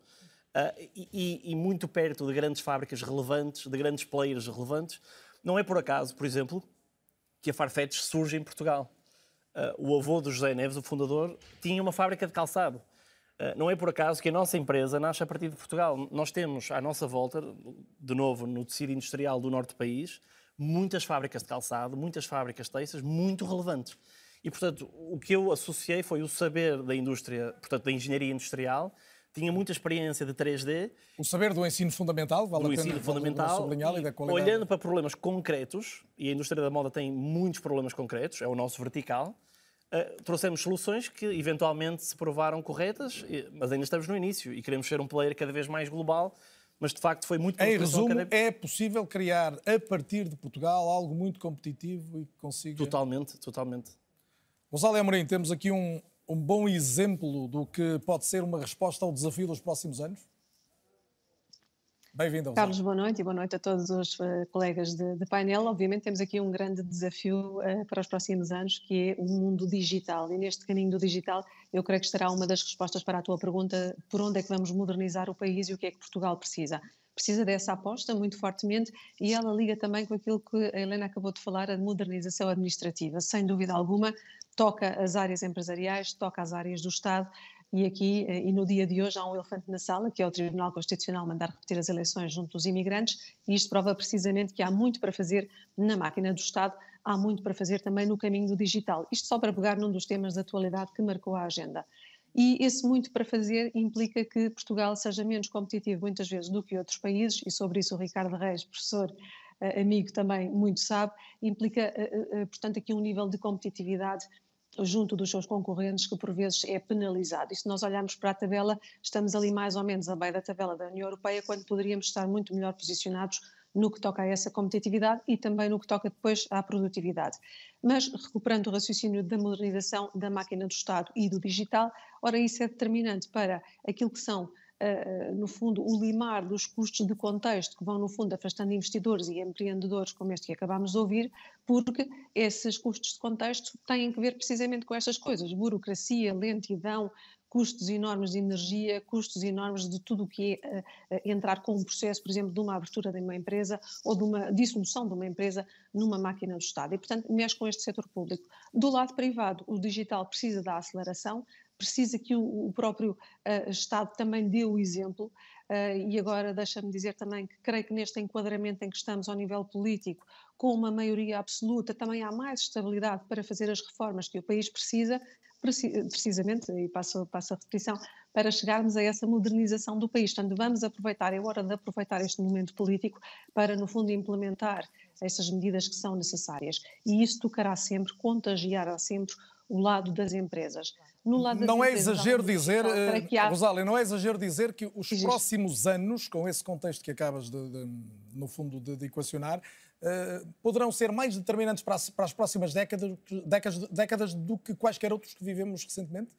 R: e muito perto de grandes fábricas relevantes, de grandes players relevantes. Não é por acaso, por exemplo, que a Farfetch surge em Portugal. O avô do José Neves, o fundador, tinha uma fábrica de calçado. Não é por acaso que a nossa empresa nasce a partir de Portugal. Nós temos à nossa volta, de novo, no tecido industrial do norte do país, muitas fábricas de calçado, muitas fábricas têxteis muito relevantes. E, portanto, o que eu associei foi o saber da indústria, portanto, da engenharia industrial. Tinha muita experiência de 3D.
B: O saber do ensino fundamental, vale a pena
R: ensino fundamental,
B: sublinhá-lo, e da qualidade.
R: Olhando para problemas concretos, e a indústria da moda tem muitos problemas concretos, é o nosso vertical, trouxemos soluções que eventualmente se provaram corretas, mas ainda estamos no início e queremos ser um player cada vez mais global, mas de facto foi muito...
B: Em resumo, é possível criar a partir de Portugal algo muito competitivo e que consiga...
R: Totalmente.
B: Gonçalo Amorim, temos aqui um bom exemplo do que pode ser uma resposta ao desafio dos próximos anos? Bem-vindo,
S: Carlos, boa noite e boa noite a todos os colegas de painel. Obviamente temos aqui um grande desafio para os próximos anos, que é o mundo digital. E neste caminho do digital, eu creio que estará uma das respostas para a tua pergunta, por onde é que vamos modernizar o país e o que é que Portugal precisa. Precisa dessa aposta muito fortemente, e ela liga também com aquilo que a Helena acabou de falar, a modernização administrativa. Sem dúvida alguma, toca as áreas empresariais, toca as áreas do Estado. E aqui, e no dia de hoje, há um elefante na sala, que é o Tribunal Constitucional mandar repetir as eleições junto dos imigrantes, e isto prova precisamente que há muito para fazer na máquina do Estado, há muito para fazer também no caminho do digital. Isto só para pegar num dos temas de atualidade que marcou a agenda. E esse muito para fazer implica que Portugal seja menos competitivo muitas vezes do que outros países, e sobre isso o Ricardo Reis, professor amigo também muito sabe, implica, portanto, aqui um nível de competitividade junto dos seus concorrentes que por vezes é penalizado. E se nós olharmos para a tabela, estamos ali mais ou menos abaixo da tabela da União Europeia, quando poderíamos estar muito melhor posicionados no que toca a essa competitividade e também no que toca depois à produtividade. Mas, recuperando o raciocínio da modernização da máquina do Estado e do digital, ora, isso é determinante para aquilo que são, no fundo, o limar dos custos de contexto, que vão, no fundo, afastando investidores e empreendedores, como este que acabámos de ouvir, porque esses custos de contexto têm que ver precisamente com estas coisas: burocracia, lentidão, custos enormes de energia, custos enormes de tudo o que é entrar com um processo, por exemplo, de uma abertura de uma empresa ou de uma dissolução de uma empresa numa máquina do Estado. E, portanto, mexe com este setor público. Do lado privado, o digital precisa da aceleração, precisa que o próprio Estado também dê o exemplo, e agora deixa-me dizer também que creio que neste enquadramento em que estamos ao nível político, com uma maioria absoluta, também há mais estabilidade para fazer as reformas que o país precisa, precisamente, e passo a repetição, para chegarmos a essa modernização do país. Portanto, vamos aproveitar, é hora de aproveitar este momento político para, no fundo, implementar essas medidas que são necessárias. E isso tocará sempre, contagiará sempre o lado das empresas. No lado das
B: não
S: empresas,
B: é exagero dizer,
S: Rosália,
B: não é exagero dizer que os próximos anos, com esse contexto que acabas no fundo de equacionar, poderão ser mais determinantes para as próximas décadas do que quaisquer outros que vivemos recentemente?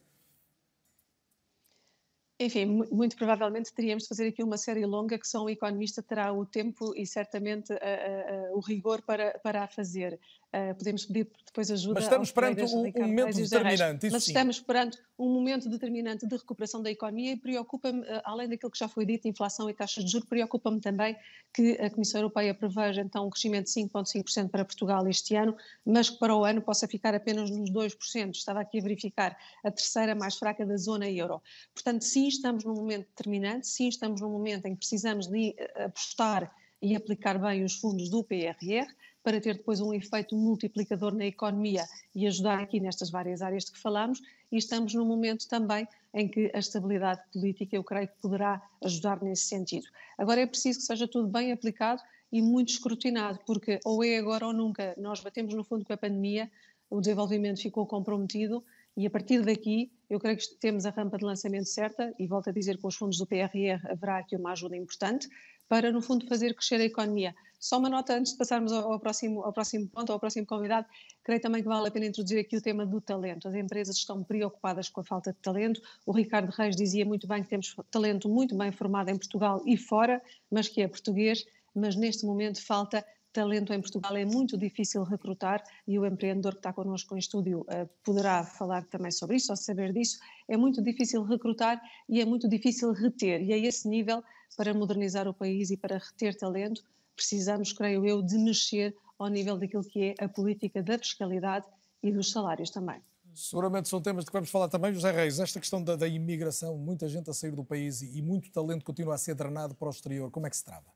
S: Enfim, muito provavelmente teríamos de fazer aqui uma série longa que só um economista terá o tempo e certamente o rigor para a fazer. Podemos pedir depois ajuda.
B: Mas estamos perante um momento determinante.
S: Mas estamos perante um momento determinante de recuperação da economia e preocupa-me, além daquilo que já foi dito, inflação e taxas de juros, preocupa-me também que a Comissão Europeia preveja então um crescimento de 5,5% para Portugal este ano, mas que para o ano possa ficar apenas nos 2%. Estava aqui a verificar a terceira mais fraca da zona euro. Portanto, sim, estamos num momento determinante, sim, estamos num momento em que precisamos de apostar e aplicar bem os fundos do PRR para ter depois um efeito multiplicador na economia e ajudar aqui nestas várias áreas de que falamos, e estamos num momento também em que a estabilidade política, eu creio que poderá ajudar nesse sentido. Agora é preciso que seja tudo bem aplicado e muito escrutinado, porque ou é agora ou nunca. Nós batemos no fundo com a pandemia, o desenvolvimento ficou comprometido e a partir daqui eu creio que temos a rampa de lançamento certa e volto a dizer que com os fundos do PRR haverá aqui uma ajuda importante para, no fundo, fazer crescer a economia. Só uma nota antes de passarmos ao próximo ponto, ao próximo convidado, creio também que vale a pena introduzir aqui o tema do talento. As empresas estão preocupadas com a falta de talento. O Ricardo Reis dizia muito bem que temos talento muito bem formado em Portugal e fora, mas que é português, mas neste momento falta talento em Portugal, é muito difícil recrutar e o empreendedor que está connosco em estúdio poderá falar também sobre isso, ou saber disso. É muito difícil recrutar e é muito difícil reter, e a esse nível, para modernizar o país e para reter talento, precisamos, creio eu, de mexer ao nível daquilo que é a política da fiscalidade e dos salários também.
B: Seguramente são temas de que vamos falar também. José Reis, esta questão da imigração, muita gente a sair do país e muito talento continua a ser drenado para o exterior, como é que se trava?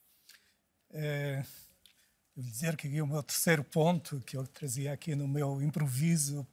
N: Devo dizer que aqui o meu terceiro ponto, que eu trazia aqui no meu improviso,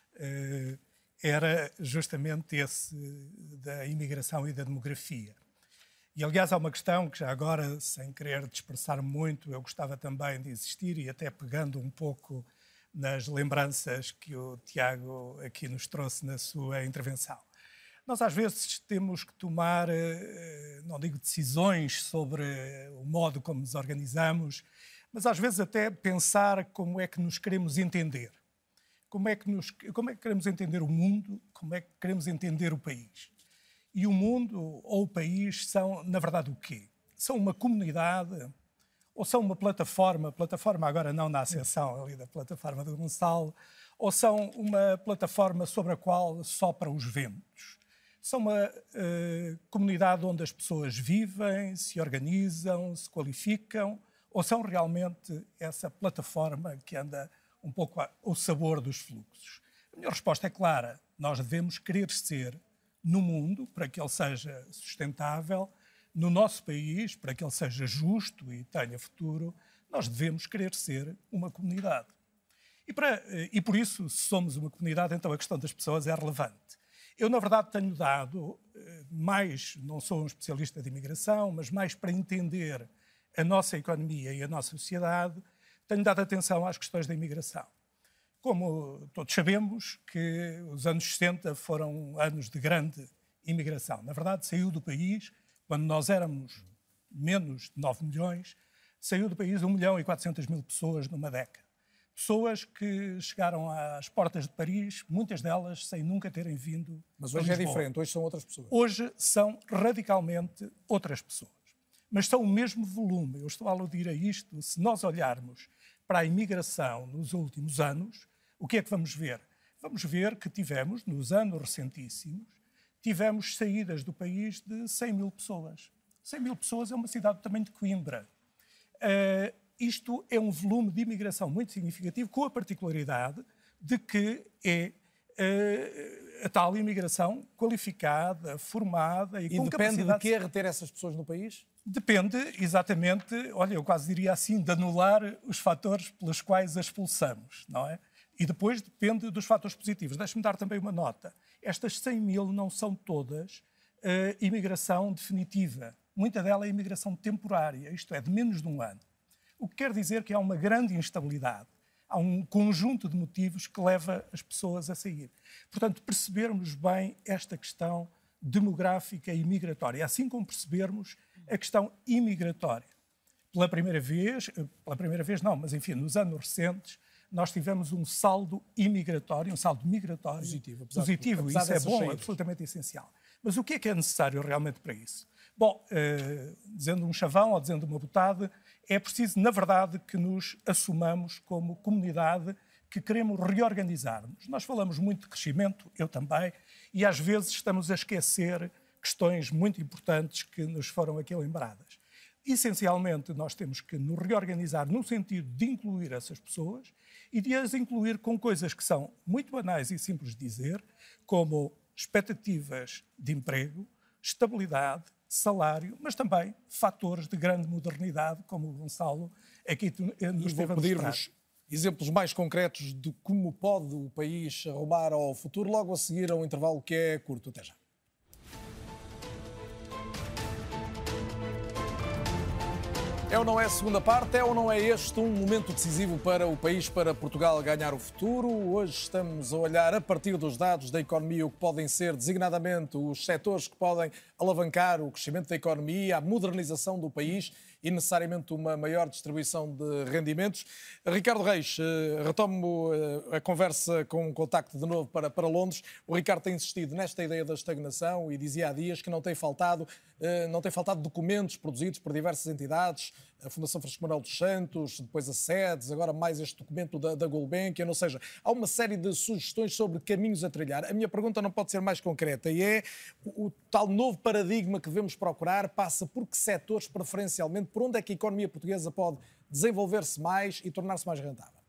N: era justamente esse da imigração e da demografia. E, aliás, há uma questão que já agora, sem querer dispersar muito, eu gostava também de insistir, e até pegando um pouco nas lembranças que o Tiago aqui nos trouxe na sua intervenção. Nós, às vezes, temos que tomar, não digo decisões sobre o modo como nos organizamos, mas às vezes até pensar como é que nos queremos entender. Como é que queremos entender o mundo, como é que queremos entender o país. E o mundo ou o país são, na verdade, o quê? São uma comunidade ou são uma plataforma agora não na acessão ali da plataforma do Gonçalo, ou são uma plataforma sobre a qual sopra os ventos. São uma comunidade onde as pessoas vivem, se organizam, se qualificam, ou são realmente essa plataforma que anda um pouco ao sabor dos fluxos? A minha resposta é clara. Nós devemos querer ser no mundo, para que ele seja sustentável, no nosso país, para que ele seja justo e tenha futuro, nós devemos querer ser uma comunidade. E por isso, se somos uma comunidade, então a questão das pessoas é relevante. Eu, na verdade, tenho dado mais, não sou um especialista de imigração, mas mais para entender a nossa economia e a nossa sociedade, tenho dado atenção às questões da imigração. Como todos sabemos que os anos 60 foram anos de grande imigração. Na verdade, saiu do país, quando nós éramos menos de 9 milhões, saiu do país 1.400.000 pessoas numa década. Pessoas que chegaram às portas de Paris, muitas delas sem nunca terem vindo.
B: Mas hoje é diferente, hoje são outras pessoas.
N: Hoje são radicalmente outras pessoas. Mas são o mesmo volume. Eu estou a aludir a isto. Se nós olharmos para a imigração nos últimos anos, o que é que vamos ver? Vamos ver que tivemos, nos anos recentíssimos, tivemos saídas do país de 100 mil pessoas. 100 mil pessoas é uma cidade do tamanho de Coimbra. Isto é um volume de imigração muito significativo, com a particularidade de que é a tal imigração qualificada, formada e com capacidade...
B: E depende de que é reter essas pessoas no país?
N: Depende, exatamente, olha, eu quase diria assim, de anular os fatores pelos quais a expulsamos, não é? E depois depende dos fatores positivos. Deixe-me dar também uma nota. Estas 100 mil não são todas imigração definitiva. Muita dela é imigração temporária, isto é, de menos de um ano. O que quer dizer que há uma grande instabilidade. Há um conjunto de motivos que leva as pessoas a sair. Portanto, percebermos bem esta questão demográfica e migratória, assim como percebermos a questão imigratória. Pela primeira vez não, mas enfim, nos anos recentes, nós tivemos um saldo imigratório, um saldo migratório positivo. Isso é bom, absolutamente essencial. Mas o que é necessário realmente para isso? Bom, dizendo um chavão ou dizendo uma botada, é preciso, na verdade, que nos assumamos como comunidade que queremos reorganizar-nos. Nós falamos muito de crescimento, eu também, e às vezes estamos a esquecer questões muito importantes que nos foram aqui lembradas. Essencialmente, nós temos que nos reorganizar no sentido de incluir essas pessoas e de as incluir com coisas que são muito banais e simples de dizer, como expectativas de emprego, estabilidade, salário, mas também fatores de grande modernidade, como o Gonçalo aqui nos esteve a mostrar.
B: Exemplos mais concretos de como pode o país arrumar ao futuro, logo a seguir a um intervalo que é curto. Até já. É ou não é a segunda parte? É ou não é este um momento decisivo para o país, para Portugal ganhar o futuro? Hoje estamos a olhar, a partir dos dados da economia, o que podem ser designadamente os setores que podem alavancar o crescimento da economia, a modernização do país e necessariamente uma maior distribuição de rendimentos. Ricardo Reis, retomo a conversa com um contacto de novo para Londres. O Ricardo tem insistido nesta ideia da estagnação e dizia há dias que não tem faltado documentos produzidos por diversas entidades, a Fundação Francisco Manuel dos Santos, depois a SEDES, agora mais este documento da Gulbenkian, ou seja, há uma série de sugestões sobre caminhos a trilhar. A minha pergunta não pode ser mais concreta e é o tal novo paradigma que devemos procurar passa por que setores preferencialmente, por onde é que a economia portuguesa pode desenvolver-se mais e tornar-se mais rentável?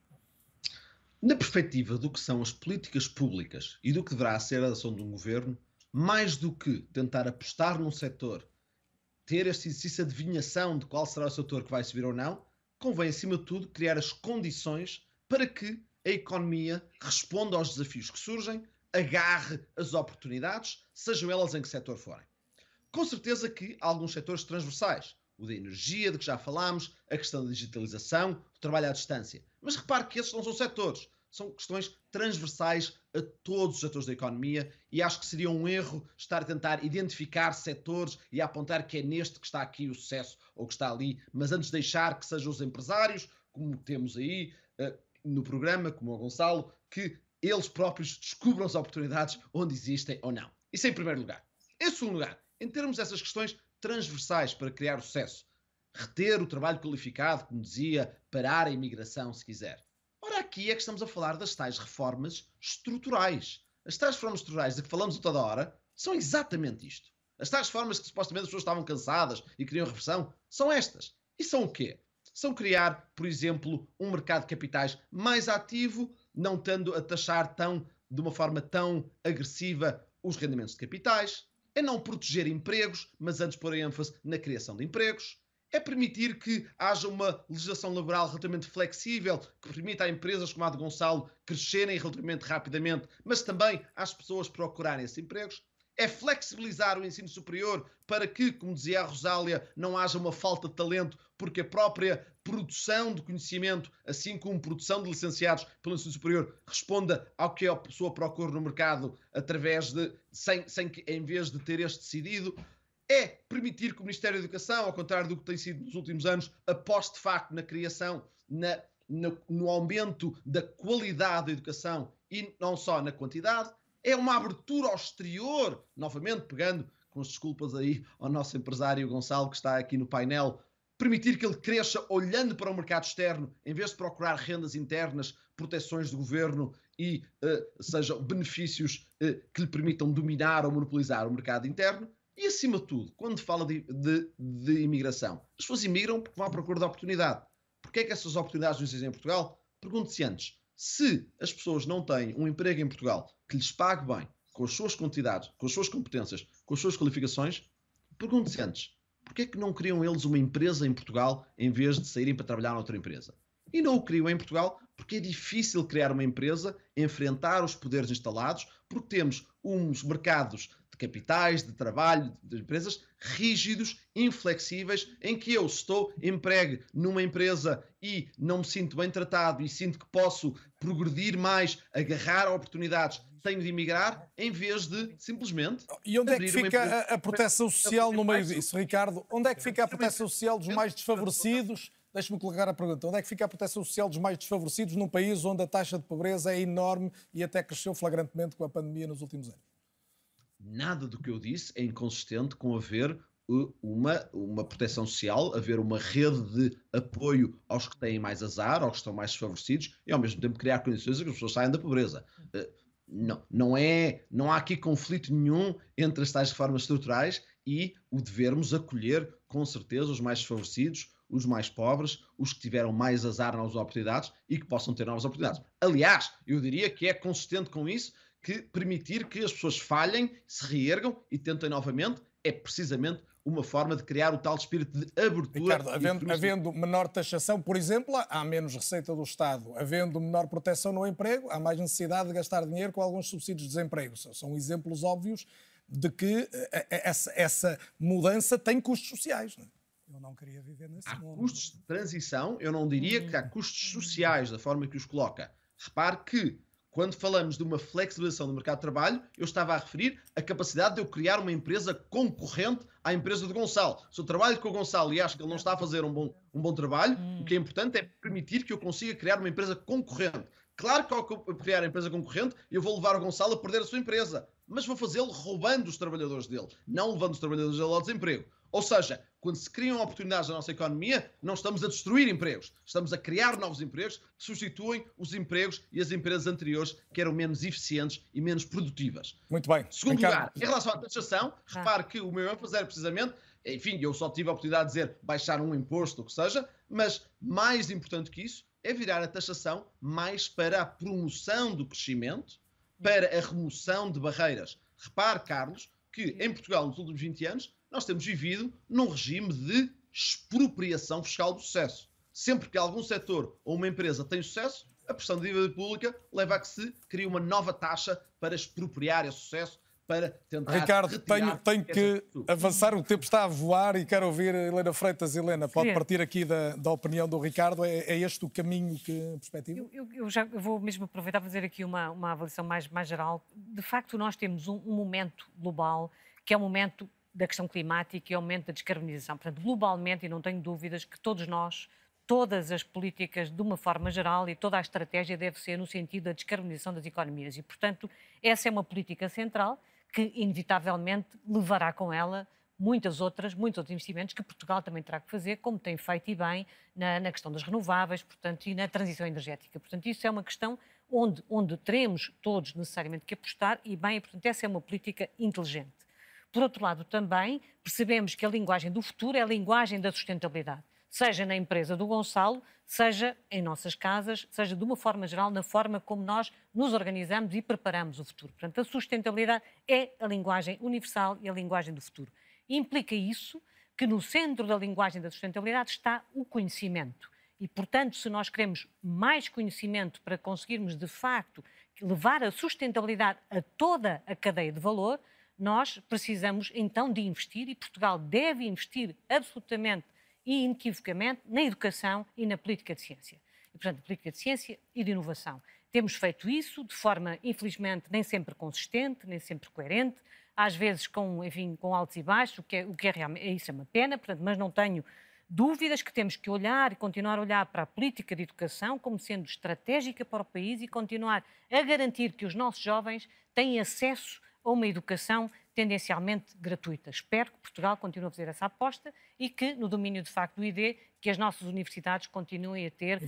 O: Na perspectiva do que são as políticas públicas e do que deverá ser a ação de um governo, mais do que tentar apostar num setor, ter este exercício de adivinhação de qual será o setor que vai subir ou não, convém, acima de tudo, criar as condições para que a economia responda aos desafios que surgem, agarre as oportunidades, sejam elas em que setor forem. Com certeza que há alguns setores transversais, o da energia, de que já falámos, a questão da digitalização, o trabalho à distância. Mas repare que esses não são setores, são questões transversais a todos os setores da economia e acho que seria um erro estar a tentar identificar setores e a apontar que é neste que está aqui o sucesso ou que está ali, mas antes deixar que sejam os empresários, como temos aí no programa, como o Gonçalo, que eles próprios descubram as oportunidades onde existem ou não. Isso em primeiro lugar. Em segundo lugar, em termos dessas questões transversais para criar o sucesso, reter o trabalho qualificado, como dizia, parar a imigração, se quiser. Ora, aqui é que estamos a falar das tais reformas estruturais. As tais reformas estruturais de que falamos a toda hora são exatamente isto. As tais reformas que supostamente as pessoas estavam cansadas e queriam reversão são estas. E são o quê? São criar, por exemplo, um mercado de capitais mais ativo, não tendo a taxar de uma forma tão agressiva os rendimentos de capitais. É não proteger empregos, mas antes pôr a ênfase na criação de empregos. É permitir que haja uma legislação laboral relativamente flexível, que permita a empresas como a de Gonçalo crescerem relativamente rapidamente, mas também às pessoas procurarem esses empregos. É flexibilizar o ensino superior para que, como dizia a Rosália, não haja uma falta de talento, porque a própria produção de conhecimento, assim como produção de licenciados pelo ensino superior, responda ao que a pessoa procura no mercado através de, sem que, em vez de ter este decidido. É permitir que o Ministério da Educação, ao contrário do que tem sido nos últimos anos, aposte de facto na criação, no aumento da qualidade da educação e não só na quantidade. É uma abertura ao exterior, novamente pegando com as desculpas aí ao nosso empresário Gonçalo, que está aqui no painel, permitir que ele cresça olhando para o mercado externo, em vez de procurar rendas internas, proteções do governo e sejam benefícios que lhe permitam dominar ou monopolizar o mercado interno. E, acima de tudo, quando fala de imigração, as pessoas imigram porque vão à procura de oportunidade. Porquê é que essas oportunidades não existem em Portugal? Pergunte-se antes, se as pessoas não têm um emprego em Portugal que lhes pague bem, com as suas quantidades, com as suas competências, com as suas qualificações, pergunte-se antes, porquê é que não criam eles uma empresa em Portugal em vez de saírem para trabalhar noutra empresa? E não o criam em Portugal porque é difícil criar uma empresa, enfrentar os poderes instalados, porque temos uns mercados de capitais, de trabalho, de empresas rígidos, inflexíveis, em que eu estou empregue numa empresa e não me sinto bem tratado e sinto que posso progredir mais, agarrar oportunidades, tenho de emigrar, em vez de simplesmente...
B: E onde é que fica a proteção social no meio disso, Ricardo? Onde é que fica a proteção social dos mais desfavorecidos? Deixe-me colocar a pergunta. Onde é que fica a proteção social dos mais desfavorecidos num país onde a taxa de pobreza é enorme e até cresceu flagrantemente com a pandemia nos últimos anos?
O: Nada do que eu disse é inconsistente com haver uma proteção social, haver uma rede de apoio aos que têm mais azar, aos que estão mais desfavorecidos e, ao mesmo tempo, criar condições para que as pessoas saiam da pobreza. Não há aqui conflito nenhum entre as tais reformas estruturais e o devermos acolher, com certeza, os mais desfavorecidos, os mais pobres, os que tiveram mais azar nas oportunidades e que possam ter novas oportunidades. Aliás, eu diria que é consistente com isso que permitir que as pessoas falhem, se reergam e tentem novamente é precisamente uma forma de criar o tal espírito de abertura.
B: Ricardo, havendo menor taxação, por exemplo, há menos receita do Estado. Havendo menor proteção no emprego, há mais necessidade de gastar dinheiro com alguns subsídios de desemprego. São exemplos óbvios de que essa mudança tem custos sociais. Não é? Eu não queria viver nesse mundo. Há
O: custos de transição, eu não diria que há custos sociais da forma que os coloca. Repare que, quando falamos de uma flexibilização do mercado de trabalho, eu estava a referir a capacidade de eu criar uma empresa concorrente à empresa do Gonçalo. Se eu trabalho com o Gonçalo e acho que ele não está a fazer um bom trabalho, o que é importante é permitir que eu consiga criar uma empresa concorrente. Claro que ao criar a empresa concorrente, eu vou levar o Gonçalo a perder a sua empresa, mas vou fazê-lo roubando os trabalhadores dele, não levando os trabalhadores dele ao desemprego. Ou seja, quando se criam oportunidades na nossa economia, não estamos a destruir empregos, estamos a criar novos empregos que substituem os empregos e as empresas anteriores que eram menos eficientes e menos produtivas.
B: Muito bem.
O: Segundo lugar, em relação à taxação, repare que o meu ênfase era precisamente, enfim, eu só tive a oportunidade de dizer baixar um imposto, o que seja, mas mais importante que isso é virar a taxação mais para a promoção do crescimento, para a remoção de barreiras. Repare, Carlos, que em Portugal, nos últimos 20 anos, nós temos vivido num regime de expropriação fiscal do sucesso. Sempre que algum setor ou uma empresa tem sucesso, a pressão de dívida pública leva a que se crie uma nova taxa para expropriar esse sucesso, para tentar...
B: Ricardo, tenho que avançar, o tempo está a voar e quero ouvir a Helena Freitas. Helena, pode partir aqui da opinião do Ricardo? É este o caminho que perspectiva?
Q: Eu vou mesmo aproveitar para fazer aqui uma avaliação mais geral. De facto, nós temos um momento global, que é o momento da questão climática e o momento da descarbonização. Portanto, globalmente, e não tenho dúvidas que todos nós, todas as políticas de uma forma geral e toda a estratégia deve ser no sentido da descarbonização das economias. E, portanto, essa é uma política central que, inevitavelmente, levará com ela muitos outros investimentos que Portugal também terá que fazer, como tem feito e bem na questão das renováveis, portanto, e na transição energética. Portanto, isso é uma questão onde teremos todos necessariamente que apostar e bem, e, portanto, essa é uma política inteligente. Por outro lado, também percebemos que a linguagem do futuro é a linguagem da sustentabilidade, seja na empresa do Gonçalo, seja em nossas casas, seja de uma forma geral, na forma como nós nos organizamos e preparamos o futuro. Portanto, a sustentabilidade é a linguagem universal e a linguagem do futuro. E implica isso que no centro da linguagem da sustentabilidade está o conhecimento. E, portanto, se nós queremos mais conhecimento para conseguirmos, de facto, levar a sustentabilidade a toda a cadeia de valor, nós precisamos então de investir e Portugal deve investir absolutamente e inequivocamente na educação e na política de ciência. E, portanto, política de ciência e de inovação. Temos feito isso de forma, infelizmente, nem sempre consistente, nem sempre coerente, às vezes com altos e baixos, o que é realmente, isso é uma pena, portanto, mas não tenho dúvidas que temos que olhar e continuar a olhar para a política de educação como sendo estratégica para o país e continuar a garantir que os nossos jovens têm acesso a uma educação tendencialmente gratuita. Espero que Portugal continue a fazer essa aposta e que, no domínio de facto do ID, que as nossas universidades continuem a ter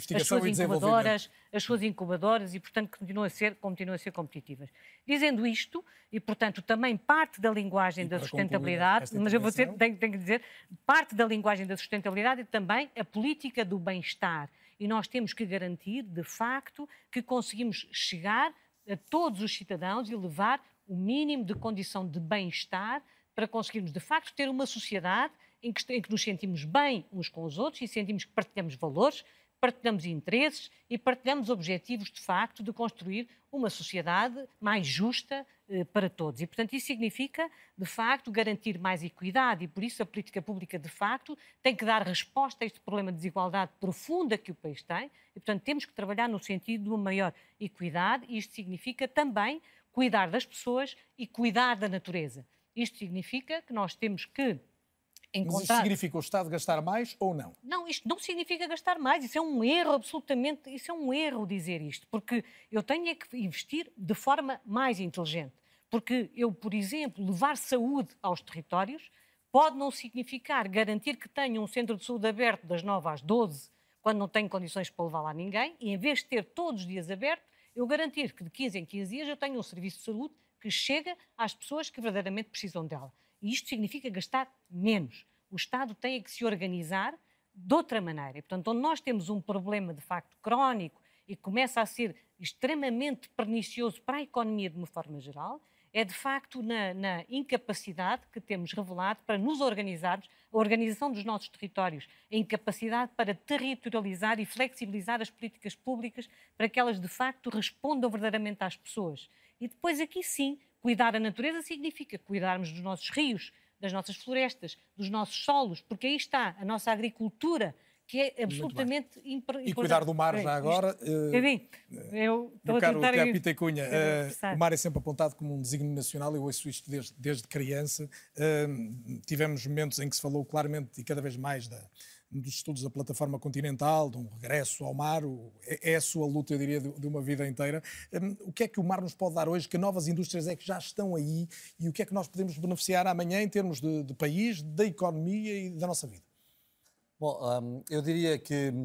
Q: as suas incubadoras e, portanto, continuem a ser competitivas. Dizendo isto, e, portanto, também parte da linguagem da sustentabilidade, mas eu tenho que dizer, parte da linguagem da sustentabilidade é também a política do bem-estar. E nós temos que garantir, de facto, que conseguimos chegar a todos os cidadãos e levar o mínimo de condição de bem-estar para conseguirmos, de facto, ter uma sociedade em que nos sentimos bem uns com os outros e sentimos que partilhamos valores, partilhamos interesses e partilhamos objetivos, de facto, de construir uma sociedade mais justa para todos. E, portanto, isso significa, de facto, garantir mais equidade e, por isso, a política pública, de facto, tem que dar resposta a este problema de desigualdade profunda que o país tem e, portanto, temos que trabalhar no sentido de uma maior equidade e isto significa também cuidar das pessoas e cuidar da natureza. Isto significa que nós temos que encontrar...
B: Mas isso significa o Estado gastar mais ou não?
Q: Não, isto não significa gastar mais. Isso é um erro, absolutamente. Isso é um erro dizer isto. Porque eu tenho que investir de forma mais inteligente. Porque eu, por exemplo, levar saúde aos territórios pode não significar garantir que tenha um centro de saúde aberto das 9 às 12, quando não tenho condições para levar lá ninguém, e em vez de ter todos os dias aberto, eu garantir que de 15 em 15 dias eu tenho um serviço de saúde que chega às pessoas que verdadeiramente precisam dela. E isto significa gastar menos. O Estado tem que se organizar de outra maneira. E, portanto, onde nós temos um problema, de facto, crónico e começa a ser extremamente pernicioso para a economia de uma forma geral, é, de facto, na incapacidade que temos revelado para nos organizarmos, a organização dos nossos territórios, a incapacidade para territorializar e flexibilizar as políticas públicas para que elas, de facto, respondam verdadeiramente às pessoas. E depois, aqui sim, cuidar da natureza significa cuidarmos dos nossos rios, das nossas florestas, dos nossos solos, porque aí está a nossa agricultura, que é absolutamente importante.
B: E cuidar do mar já agora. Meu caro Pita e Cunha, o mar é sempre apontado como um desígnio nacional, eu ouço isto desde criança. Tivemos momentos em que se falou claramente e cada vez mais dos estudos da plataforma continental, de um regresso ao mar, é a sua luta, eu diria, de uma vida inteira. O que é que o mar nos pode dar hoje? Que novas indústrias é que já estão aí? E o que é que nós podemos beneficiar amanhã em termos de país, da economia e da nossa vida?
P: Bom, eu diria que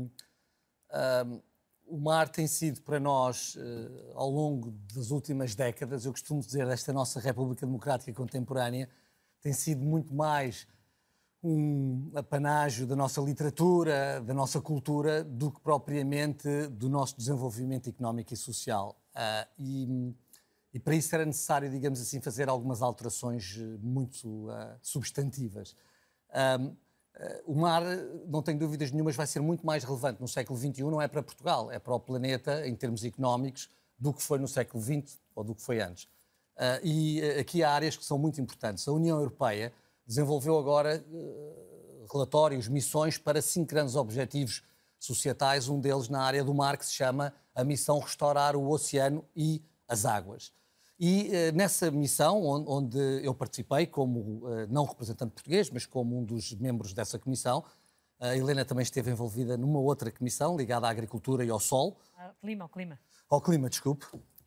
P: o mar tem sido para nós, ao longo das últimas décadas, eu costumo dizer, desta nossa República Democrática Contemporânea, tem sido muito mais um apanágio da nossa literatura, da nossa cultura, do que propriamente do nosso desenvolvimento económico e social. E para isso era necessário, digamos assim, fazer algumas alterações muito substantivas. O mar, não tenho dúvidas nenhumas, vai ser muito mais relevante no século XXI, não é para Portugal, é para o planeta, em termos económicos, do que foi no século XX ou do que foi antes. E aqui há áreas que são muito importantes. A União Europeia desenvolveu agora relatórios, missões para 5 grandes objetivos societais, um deles na área do mar, que se chama a missão Restaurar o Oceano e as Águas. E nessa missão, onde eu participei como não representante português, mas como um dos membros dessa comissão, a Helena também esteve envolvida numa outra comissão ligada à agricultura e ao solo. Ao clima, desculpe.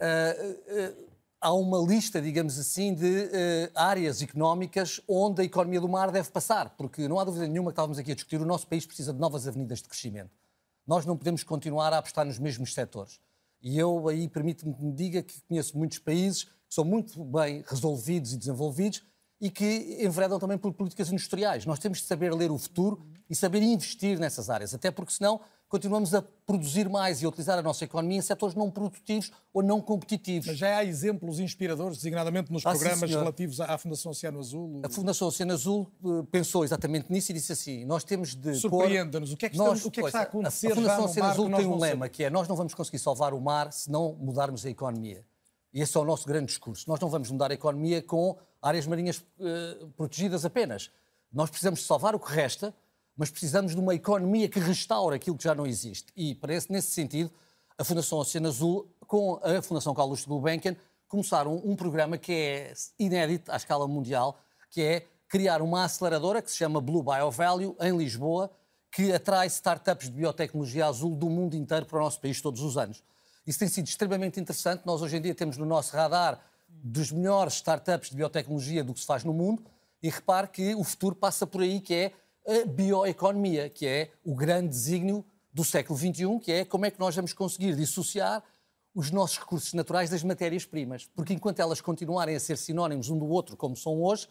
P: Há uma lista, digamos assim, de áreas económicas onde a economia do mar deve passar, porque não há dúvida nenhuma que estávamos aqui a discutir, o nosso país precisa de novas avenidas de crescimento. Nós não podemos continuar a apostar nos mesmos setores. E eu aí permito-me que me diga que conheço muitos países que são muito bem resolvidos e desenvolvidos e que enveredam também por políticas industriais. Nós temos de saber ler o futuro e saber investir nessas áreas, até porque senão continuamos a produzir mais e a utilizar a nossa economia em setores não produtivos ou não competitivos.
B: Mas já há exemplos inspiradores, designadamente nos programas relativos à Fundação Oceano Azul?
P: A Fundação Oceano Azul pensou exatamente nisso e disse assim, nós temos de...
B: Surpreenda-nos, o que é que está a acontecer?
P: A Fundação Oceano Azul tem um lema que é nós não vamos conseguir salvar o mar se não mudarmos a economia. E esse é o nosso grande discurso. Nós não vamos mudar a economia com áreas marinhas protegidas apenas. Nós precisamos de salvar o que resta, mas precisamos de uma economia que restaure aquilo que já não existe. E, nesse sentido, a Fundação Oceano Azul, com a Fundação Carlos Gulbenkian, começaram um programa que é inédito à escala mundial, que é criar uma aceleradora que se chama Blue BioValue, em Lisboa, que atrai startups de biotecnologia azul do mundo inteiro para o nosso país todos os anos. Isso tem sido extremamente interessante. Nós, hoje em dia, temos no nosso radar dos melhores startups de biotecnologia do que se faz no mundo, e repare que o futuro passa por aí, que é a bioeconomia, que é o grande desígnio do século XXI, que é como é que nós vamos conseguir dissociar os nossos recursos naturais das matérias-primas. Porque enquanto elas continuarem a ser sinónimos um do outro, como são hoje,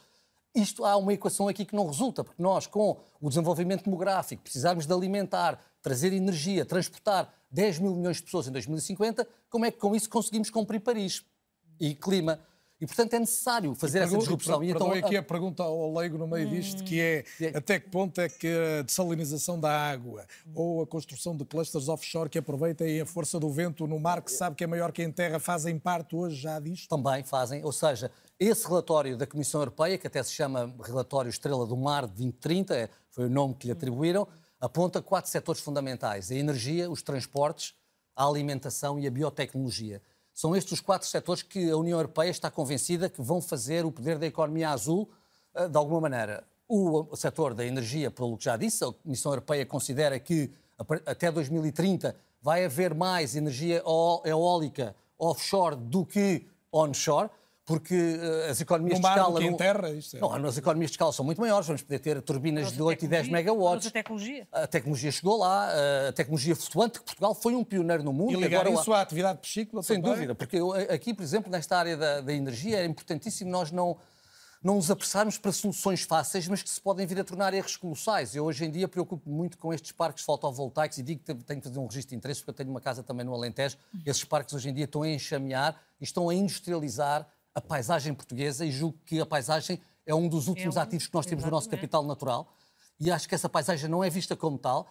P: há uma equação aqui que não resulta, porque nós, com o desenvolvimento demográfico, precisarmos de alimentar, trazer energia, transportar 10 mil milhões de pessoas em 2050, como é que com isso conseguimos cumprir Paris e clima? E, portanto, é necessário fazer essa disrupção.
B: Então, aqui a pergunta ao leigo no meio disto, que é até que ponto é que a dessalinização da água ou a construção de clusters offshore que aproveitem a força do vento no mar, que se sabe que é maior que em terra, fazem parte hoje já disto?
P: Também fazem. Ou seja, esse relatório da Comissão Europeia, que até se chama Relatório Estrela do Mar de 2030, foi o nome que lhe atribuíram, aponta 4 setores fundamentais: a energia, os transportes, a alimentação e a biotecnologia. São estes os 4 setores que a União Europeia está convencida que vão fazer o poder da economia azul de alguma maneira. O setor da energia, pelo que já disse, a Comissão Europeia considera que até 2030 vai haver mais energia eólica offshore do que onshore, porque as economias de escala...
B: em terra, isto é.
P: Não, as economias de escala são muito maiores, vamos poder ter turbinas de 8 e 10 megawatts.
Q: A tecnologia?
P: A tecnologia chegou lá, a tecnologia flutuante, que Portugal foi um pioneiro no mundo.
B: E ligar isso à atividade piscícola
P: também? Sem dúvida, porque aqui, por exemplo, nesta área da energia, é importantíssimo nós não nos apressarmos para soluções fáceis, mas que se podem vir a tornar erros colossais. Eu, hoje em dia, preocupo-me muito com estes parques fotovoltaicos e digo que tenho que fazer um registro de interesse, porque eu tenho uma casa também no Alentejo. Esses parques, hoje em dia, estão a enxamear e estão a industrializar a paisagem portuguesa, e julgo que a paisagem é um dos últimos ativos que nós temos do nosso capital natural, e acho que essa paisagem não é vista como tal.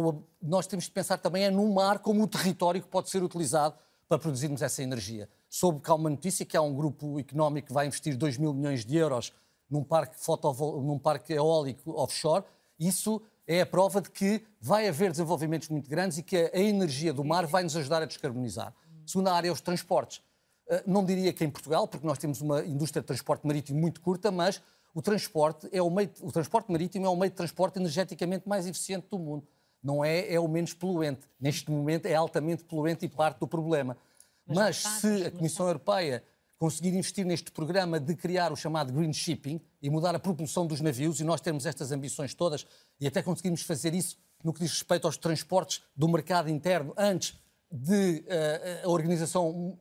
P: Nós temos de pensar também no mar como o território que pode ser utilizado para produzirmos essa energia. Soube que há uma notícia que há um grupo económico que vai investir 2 mil milhões de euros num parque eólico offshore. Isso é a prova de que vai haver desenvolvimentos muito grandes e que a energia do mar vai nos ajudar a descarbonizar. Segunda área é os transportes. Não diria que em Portugal, porque nós temos uma indústria de transporte marítimo muito curta, mas o transporte marítimo é o meio de transporte energeticamente mais eficiente do mundo. Não é o menos poluente. Neste momento é altamente poluente e parte do problema. Mas se a Comissão Europeia conseguir investir neste programa de criar o chamado green shipping e mudar a propulsão dos navios, e nós temos estas ambições todas, e até conseguimos fazer isso no que diz respeito aos transportes do mercado interno, antes de a Organização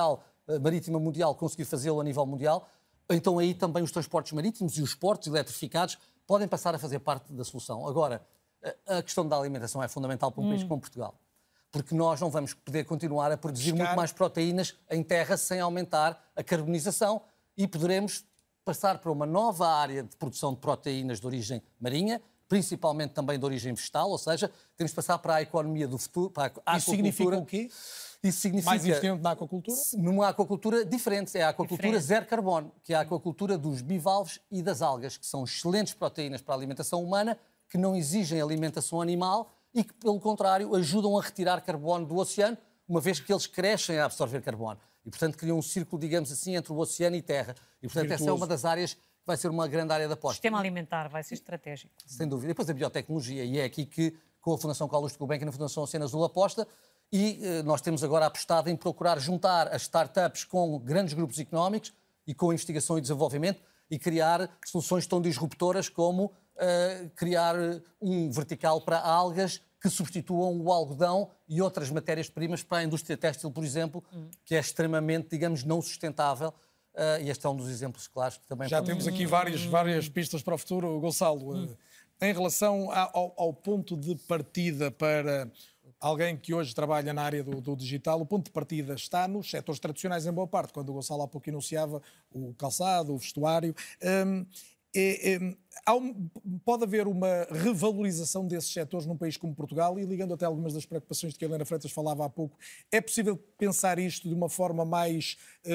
P: Marítima Mundial conseguir fazê-lo a nível mundial, então aí também os transportes marítimos e os portos eletrificados podem passar a fazer parte da solução. Agora, a questão da alimentação é fundamental para um país como Portugal, porque nós não vamos poder continuar a produzir muito mais proteínas em terra sem aumentar a carbonização, e poderemos passar para uma nova área de produção de proteínas de origem marinha, principalmente também de origem vegetal, ou seja, temos de passar para a economia do futuro, para a aquacultura.
B: Isso significa o quê?
P: Isso significa
B: mais investimento na aquacultura?
P: Numa aquacultura diferente, é a aquacultura zero carbono, que é a aquacultura dos bivalves e das algas, que são excelentes proteínas para a alimentação humana, que não exigem alimentação animal e que, pelo contrário, ajudam a retirar carbono do oceano, uma vez que eles crescem a absorver carbono. E, portanto, criam um círculo, digamos assim, entre o oceano e terra. E, portanto, essa é uma das áreas vai ser uma grande área de aposta.
Q: O sistema alimentar vai ser estratégico.
P: Sem dúvida. E depois a biotecnologia, e é aqui que, com a Fundação Carlos Gulbenkian e na Fundação Oceano Azul, aposta, e nós temos agora apostado em procurar juntar as startups com grandes grupos económicos e com investigação e desenvolvimento e criar soluções tão disruptoras como criar um vertical para algas que substituam o algodão e outras matérias-primas para a indústria têxtil, por exemplo, que é extremamente, digamos, não sustentável. E este é um dos exemplos claros que também...
B: Já temos aqui várias pistas para o futuro. Gonçalo, em relação ao ponto de partida para alguém que hoje trabalha na área do digital, o ponto de partida está nos setores tradicionais em boa parte, quando o Gonçalo há pouco enunciava o calçado, o vestuário. Pode haver uma revalorização desses setores num país como Portugal, e ligando até algumas das preocupações de que a Helena Freitas falava há pouco, é possível pensar isto de uma forma mais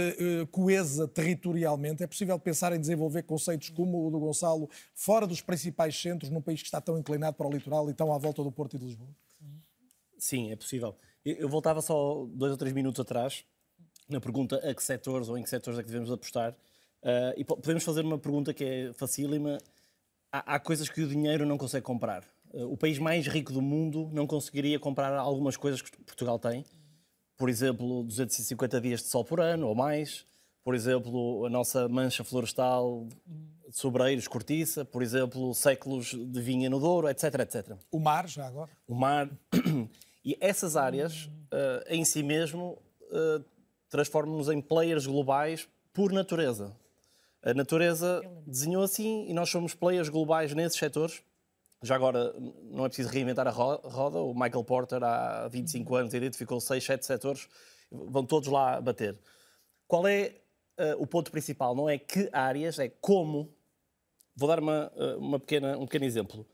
B: coesa territorialmente? É possível pensar em desenvolver conceitos como o do Gonçalo fora dos principais centros, num país que está tão inclinado para o litoral e tão à volta do Porto e de Lisboa?
R: Sim, é possível. Eu voltava só 2 ou 3 minutos atrás na pergunta a que setores ou em que setores é que devemos apostar. E podemos fazer uma pergunta que é facílima. Há coisas que o dinheiro não consegue comprar. O país mais rico do mundo não conseguiria comprar algumas coisas que Portugal tem. Por exemplo, 250 dias de sol por ano ou mais. Por exemplo, a nossa mancha florestal de sobreiros, cortiça. Por exemplo, séculos de vinha no Douro, etc, etc.
B: O mar, já agora?
R: O mar. E essas áreas, em si mesmo, transformam-nos em players globais por natureza. A natureza desenhou assim e nós somos players globais nesses setores. Já agora, não é preciso reinventar a roda. O Michael Porter, há 25 anos, identificou 6, 7 setores. Vão todos lá bater. Qual é o ponto principal? Não é que áreas, é como. Vou dar um pequeno exemplo.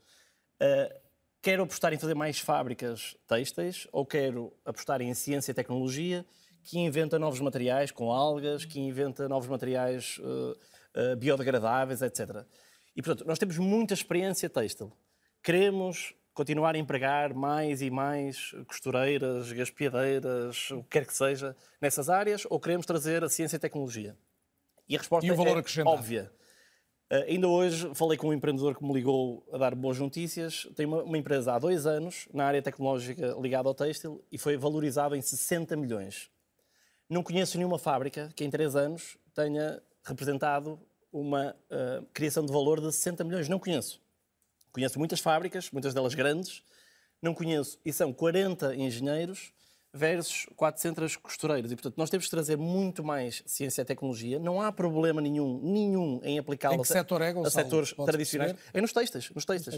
R: Quero apostar em fazer mais fábricas têxteis ou quero apostar em ciência e tecnologia que inventa novos materiais com algas, que inventa novos materiais biodegradáveis, etc. E, portanto, nós temos muita experiência têxtil. Queremos continuar a empregar mais e mais costureiras, gaspeadeiras, o que quer que seja, nessas áreas, ou queremos trazer a ciência e tecnologia? E a resposta é óbvia. Ainda hoje falei com um empreendedor que me ligou a dar boas notícias. Tem uma empresa há 2 anos na área tecnológica ligada ao têxtil e foi valorizada em 60 milhões. Não conheço nenhuma fábrica que em 3 anos tenha representado uma criação de valor de 60 milhões. Não conheço. Conheço muitas fábricas, muitas delas grandes. Não conheço. E são 40 engenheiros versus 400 costureiros. E, portanto, nós temos que trazer muito mais ciência e tecnologia. Não há problema nenhum em aplicá-la
B: a
R: setores tradicionais. É nos têxteis.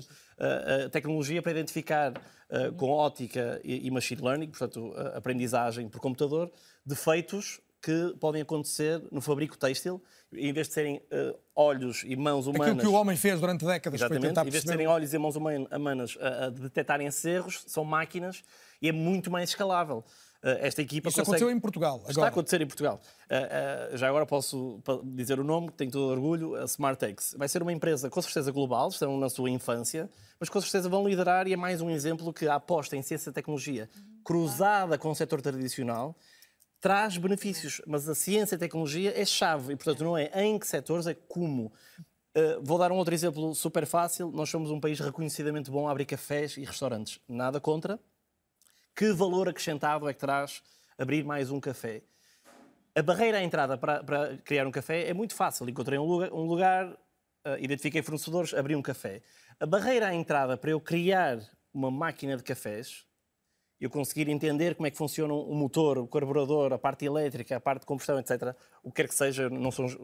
R: A tecnologia para identificar com ótica e machine learning, portanto, aprendizagem por computador, defeitos que podem acontecer no fabrico têxtil, em vez de serem olhos e mãos humanas...
B: Aquilo que o homem fez durante décadas.
R: Exatamente. Em vez de serem olhos e mãos humanas a detectarem erros, são máquinas e é muito mais escalável. Esta equipa
B: Isso aconteceu em Portugal. Agora.
R: Está a acontecer em Portugal. Já agora posso dizer o nome, que tenho todo orgulho, a SmartX. Vai ser uma empresa com certeza global, estão na sua infância, mas com certeza vão liderar e é mais um exemplo que a aposta em ciência e tecnologia cruzada com o setor tradicional traz benefícios, mas a ciência e a tecnologia é chave e, portanto, não é em que setores, é como. Vou dar um outro exemplo super fácil. Nós somos um país reconhecidamente bom a abrir cafés e restaurantes. Nada contra. Que valor acrescentado é que traz abrir mais um café? A barreira à entrada para criar um café é muito fácil. Encontrei um lugar, identifiquei fornecedores, abri um café. A barreira à entrada para eu criar uma máquina de cafés, eu conseguir entender como é que funciona o motor, o carburador, a parte elétrica, a parte de combustão, etc. O que quer que seja, não sou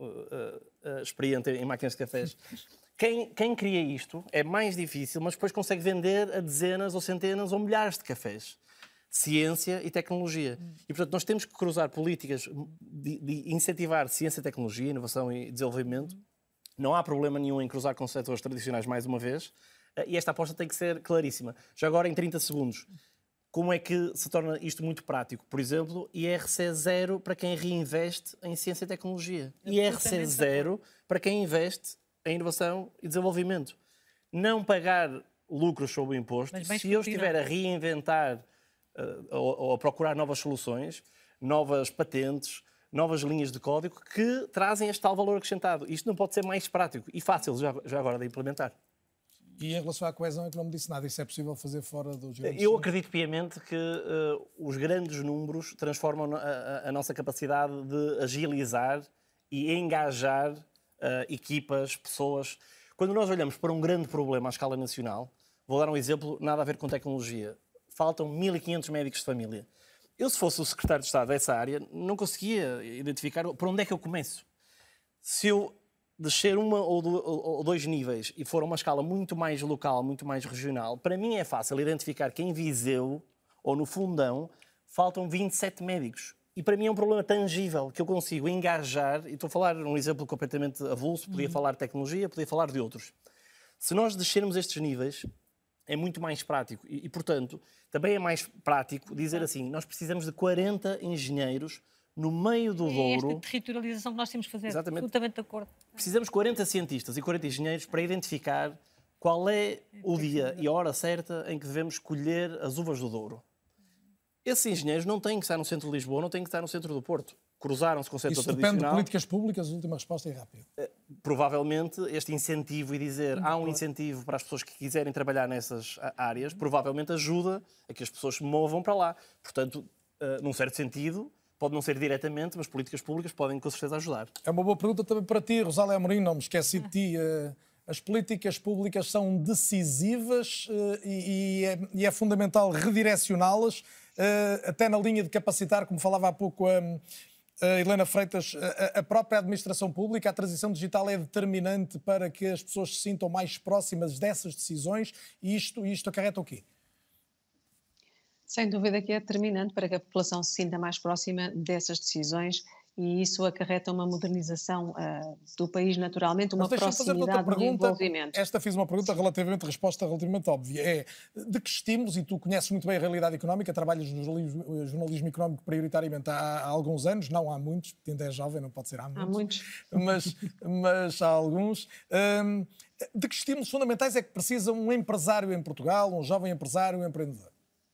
R: experiente em máquinas de cafés. Quem cria isto é mais difícil, mas depois consegue vender a dezenas ou centenas ou milhares de cafés. Ciência e tecnologia. E, portanto, nós temos que cruzar políticas de incentivar ciência, tecnologia, inovação e desenvolvimento. Não há problema nenhum em cruzar com setores tradicionais mais uma vez. E esta aposta tem que ser claríssima. Já agora, em 30 segundos. Como é que se torna isto muito prático? Por exemplo, IRC 0 para quem reinveste em ciência e tecnologia. IRC 0 para quem investe em inovação e desenvolvimento. Não pagar lucros sobre o imposto. Se eu estiver a reinventar ou a procurar novas soluções, novas patentes, novas linhas de código que trazem este tal valor acrescentado. Isto não pode ser mais prático e fácil já agora de implementar.
B: E em relação à coesão é que não me disse nada. Isso é possível fazer fora dos grandes...
R: Eu acredito piamente que os grandes números transformam a nossa capacidade de agilizar e engajar equipas, pessoas. Quando nós olhamos para um grande problema à escala nacional, vou dar um exemplo, nada a ver com tecnologia. Faltam 1.500 médicos de família. Eu, se fosse o secretário de Estado dessa área, não conseguia identificar por onde é que eu começo. Se eu descer 1 ou 2 níveis e for a uma escala muito mais local, muito mais regional, para mim é fácil identificar que em Viseu ou no Fundão faltam 27 médicos. E para mim é um problema tangível que eu consigo engajar, e estou a falar um exemplo completamente avulso, podia falar de tecnologia, podia falar de outros. Se nós descermos estes níveis, é muito mais prático e, portanto, também é mais prático dizer assim, nós precisamos de 40 engenheiros no meio do Douro.
Q: É esta territorialização que nós temos que fazer.
R: Exatamente.
Q: Absolutamente de acordo.
R: Precisamos de 40 cientistas e 40 engenheiros para identificar qual é o dia e a hora certa em que devemos colher as uvas do Douro. Esses engenheiros não têm que estar no centro de Lisboa, não têm que estar no centro do Porto. Cruzaram-se com o setor tradicional.
B: Isso depende de políticas públicas, a última resposta é rápida.
R: Provavelmente este incentivo e dizer há um incentivo para as pessoas que quiserem trabalhar nessas áreas, provavelmente ajuda a que as pessoas se movam para lá. Portanto, num certo sentido, pode não ser diretamente, mas políticas públicas podem com certeza ajudar.
B: É uma boa pergunta também para ti, Rosália Amorim, não me esqueci de ti. As políticas públicas são decisivas e é fundamental redirecioná-las, até na linha de capacitar, como falava há pouco a Helena Freitas, a própria administração pública. A transição digital é determinante para que as pessoas se sintam mais próximas dessas decisões e isto acarreta o quê?
S: Sem dúvida que é determinante para que a população se sinta mais próxima dessas decisões e isso acarreta uma modernização do país naturalmente, uma proximidade do desenvolvimento.
B: Fiz uma pergunta resposta relativamente óbvia. É de que estímulos, e tu conheces muito bem a realidade económica, trabalhas no jornalismo económico prioritariamente há alguns anos, não há muitos, porque ainda é jovem, não pode ser há muitos. Mas há alguns. De que estímulos fundamentais é que precisa um empresário em Portugal, um jovem empresário, um empreendedor?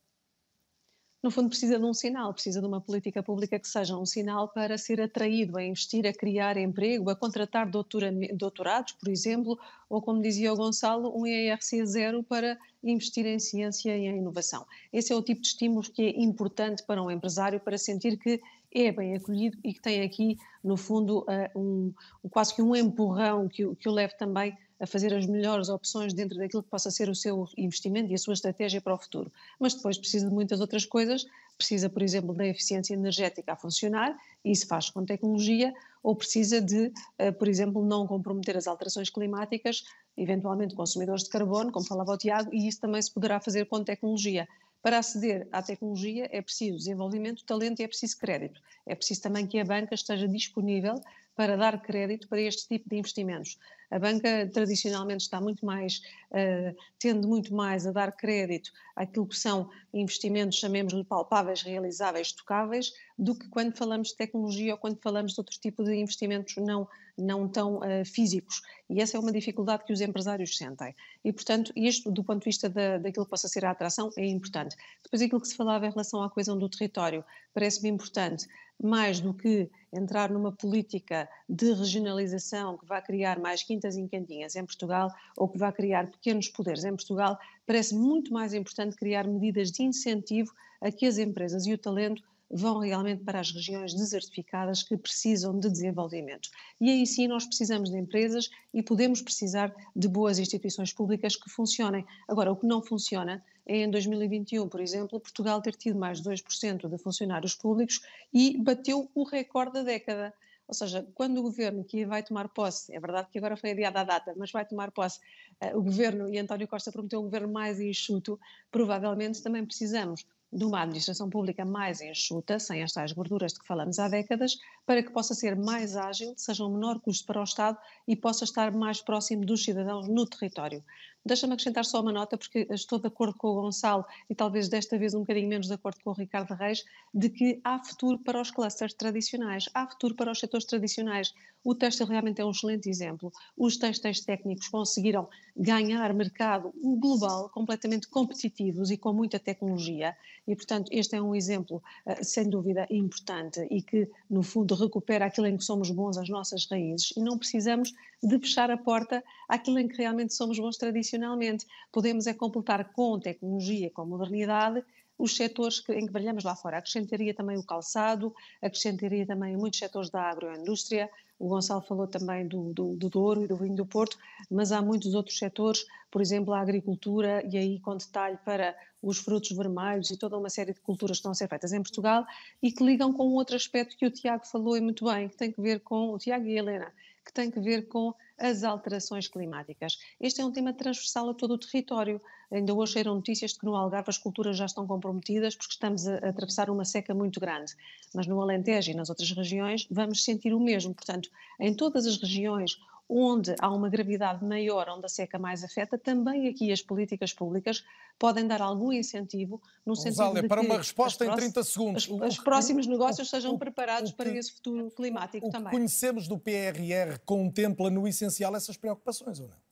S: No fundo, precisa de um sinal, precisa de uma política pública que seja um sinal para ser atraído a investir, a criar emprego, a contratar doutorados, por exemplo, ou, como dizia o Gonçalo, um IRC zero para investir em ciência e em inovação. Esse é o tipo de estímulos que é importante para um empresário para sentir que é bem acolhido e que tem aqui, no fundo, quase que um empurrão que o leve também a fazer as melhores opções dentro daquilo que possa ser o seu investimento e a sua estratégia para o futuro. Mas depois precisa de muitas outras coisas, precisa, por exemplo, da eficiência energética a funcionar, e isso faz com tecnologia, ou precisa de, por exemplo, não comprometer as alterações climáticas, eventualmente consumidores de carbono, como falava o Tiago, e isso também se poderá fazer com tecnologia. Para aceder à tecnologia é preciso desenvolvimento, talento e é preciso crédito. É preciso também que a banca esteja disponível para dar crédito para este tipo de investimentos. A banca tradicionalmente está muito mais, tende muito mais a dar crédito àquilo que são investimentos, chamemos-lhe palpáveis, realizáveis, tocáveis, do que quando falamos de tecnologia ou quando falamos de outro tipo de investimentos não tão físicos. E essa é uma dificuldade que os empresários sentem. E, portanto, isto, do ponto de vista daquilo que possa ser a atração, é importante. Depois, aquilo que se falava em relação à coesão do território, parece-me importante, mais do que entrar numa política de regionalização que vá criar mais quintas e quentinhas em Portugal ou que vá criar pequenos poderes em Portugal, parece muito mais importante criar medidas de incentivo a que as empresas e o talento vão realmente para as regiões desertificadas que precisam de desenvolvimento. E aí sim nós precisamos de empresas e podemos precisar de boas instituições públicas que funcionem. Agora, o que não funciona é em 2021, por exemplo, Portugal ter tido mais de 2% de funcionários públicos e bateu o recorde da década. Ou seja, quando o governo que vai tomar posse, é verdade que agora foi adiada a data, mas vai tomar posse, o governo, e António Costa prometeu um governo mais enxuto, provavelmente também precisamos de uma administração pública mais enxuta, sem as tais gorduras de que falamos há décadas, para que possa ser mais ágil, seja um menor custo para o Estado e possa estar mais próximo dos cidadãos no território. Deixa-me acrescentar só uma nota, porque estou de acordo com o Gonçalo e talvez desta vez um bocadinho menos de acordo com o Ricardo Reis, de que há futuro para os clusters tradicionais, há futuro para os setores tradicionais. O têxtil realmente é um excelente exemplo. Os têxteis técnicos conseguiram ganhar mercado global, completamente competitivos e com muita tecnologia e, portanto, este é um exemplo, sem dúvida, importante e que, no fundo, recupera aquilo em que somos bons, as nossas raízes, e não precisamos de fechar a porta àquilo em que realmente somos bons tradicionalmente. Podemos é completar com tecnologia, com modernidade, os setores em que brilhamos lá fora. Acrescentaria também o calçado, acrescentaria também muitos setores da agroindústria. O Gonçalo falou também do Douro e do vinho do Porto, mas há muitos outros setores, por exemplo, a agricultura, e aí com detalhe para os frutos vermelhos e toda uma série de culturas que estão a ser feitas em Portugal e que ligam com outro aspecto que o Tiago falou e muito bem, que tem que ver com o Tiago e a Helena, que tem que ver com as alterações climáticas. Este é um tema transversal a todo o território. Ainda hoje saíram notícias de que no Algarve as culturas já estão comprometidas porque estamos a atravessar uma seca muito grande. Mas no Alentejo e nas outras regiões vamos sentir o mesmo. Portanto, em todas as regiões onde há uma gravidade maior, onde a seca mais afeta, também aqui as políticas públicas podem dar algum incentivo no sentido de que
B: para uma resposta em 30 segundos.
S: Os próximos negócios sejam preparados para esse futuro climático também.
B: O que conhecemos do PRR contempla no essencial essas preocupações ou não?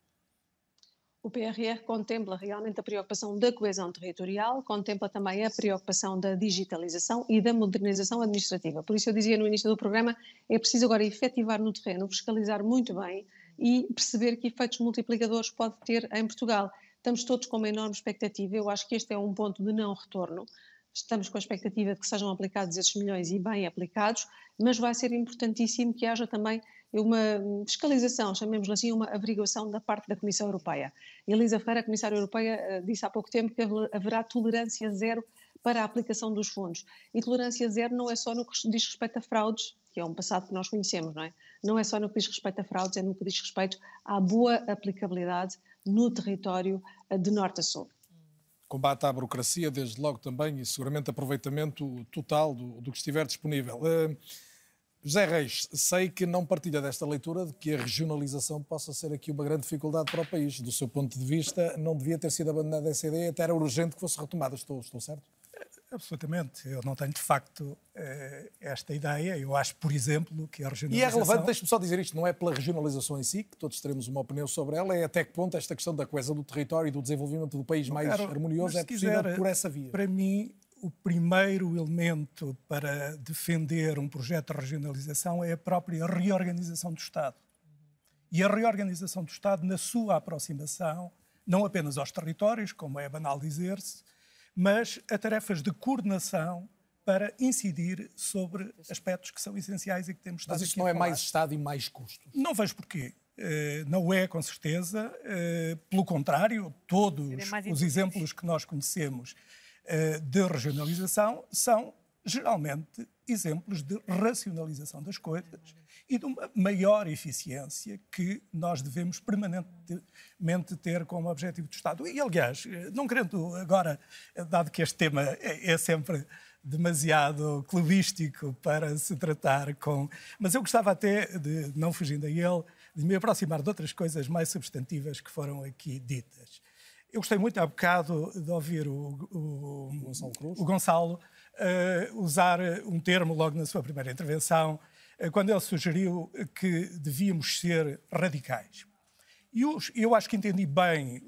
S: O PRR contempla realmente a preocupação da coesão territorial, contempla também a preocupação da digitalização e da modernização administrativa. Por isso eu dizia no início do programa, é preciso agora efetivar no terreno, fiscalizar muito bem e perceber que efeitos multiplicadores pode ter em Portugal. Estamos todos com uma enorme expectativa, eu acho que este é um ponto de não retorno. Estamos com a expectativa de que sejam aplicados esses milhões e bem aplicados, mas vai ser importantíssimo que haja também uma fiscalização, chamemos-lhe assim, uma averiguação da parte da Comissão Europeia. Elisa Ferreira, a Comissária Europeia, disse há pouco tempo que haverá tolerância zero para a aplicação dos fundos. E tolerância zero não é só no que diz respeito a fraudes, que é um passado que nós conhecemos, não é? Não é só no que diz respeito a fraudes, é no que diz respeito à boa aplicabilidade no território de norte a sul.
B: Combate à burocracia, desde logo também, e seguramente aproveitamento total do que estiver disponível. José Reis, sei que não partilha desta leitura de que a regionalização possa ser aqui uma grande dificuldade para o país. Do seu ponto de vista, não devia ter sido abandonada essa ideia, até era urgente que fosse retomada. Estou certo?
N: Absolutamente. Eu não tenho, de facto, esta ideia. Eu acho, por exemplo, que a regionalização...
B: E é relevante, deixe-me só dizer isto, não é pela regionalização em si, que todos teremos uma opinião sobre ela, é até que ponto esta questão da coesão do território e do desenvolvimento do país mais harmonioso é possível por essa via.
N: Para mim, o primeiro elemento para defender um projeto de regionalização é a própria reorganização do Estado. E a reorganização do Estado na sua aproximação, não apenas aos territórios, como é banal dizer-se, mas a tarefas de coordenação para incidir sobre aspectos que são essenciais e que temos estado aqui a falar.
B: Mas isto não é mais Estado e mais custos?
N: Não vejo porquê. Não é, com certeza. Pelo contrário, todos os exemplos que nós conhecemos de regionalização são geralmente exemplos de racionalização das coisas e de uma maior eficiência que nós devemos permanentemente ter como objetivo do Estado. E, aliás, não querendo agora, dado que este tema é sempre demasiado clubístico para se tratar com... Mas eu gostava até, não fugindo a ele, de me aproximar de outras coisas mais substantivas que foram aqui ditas. Eu gostei muito há bocado de ouvir o Gonçalo usar um termo logo na sua primeira intervenção, quando ele sugeriu que devíamos ser radicais. E eu acho que entendi bem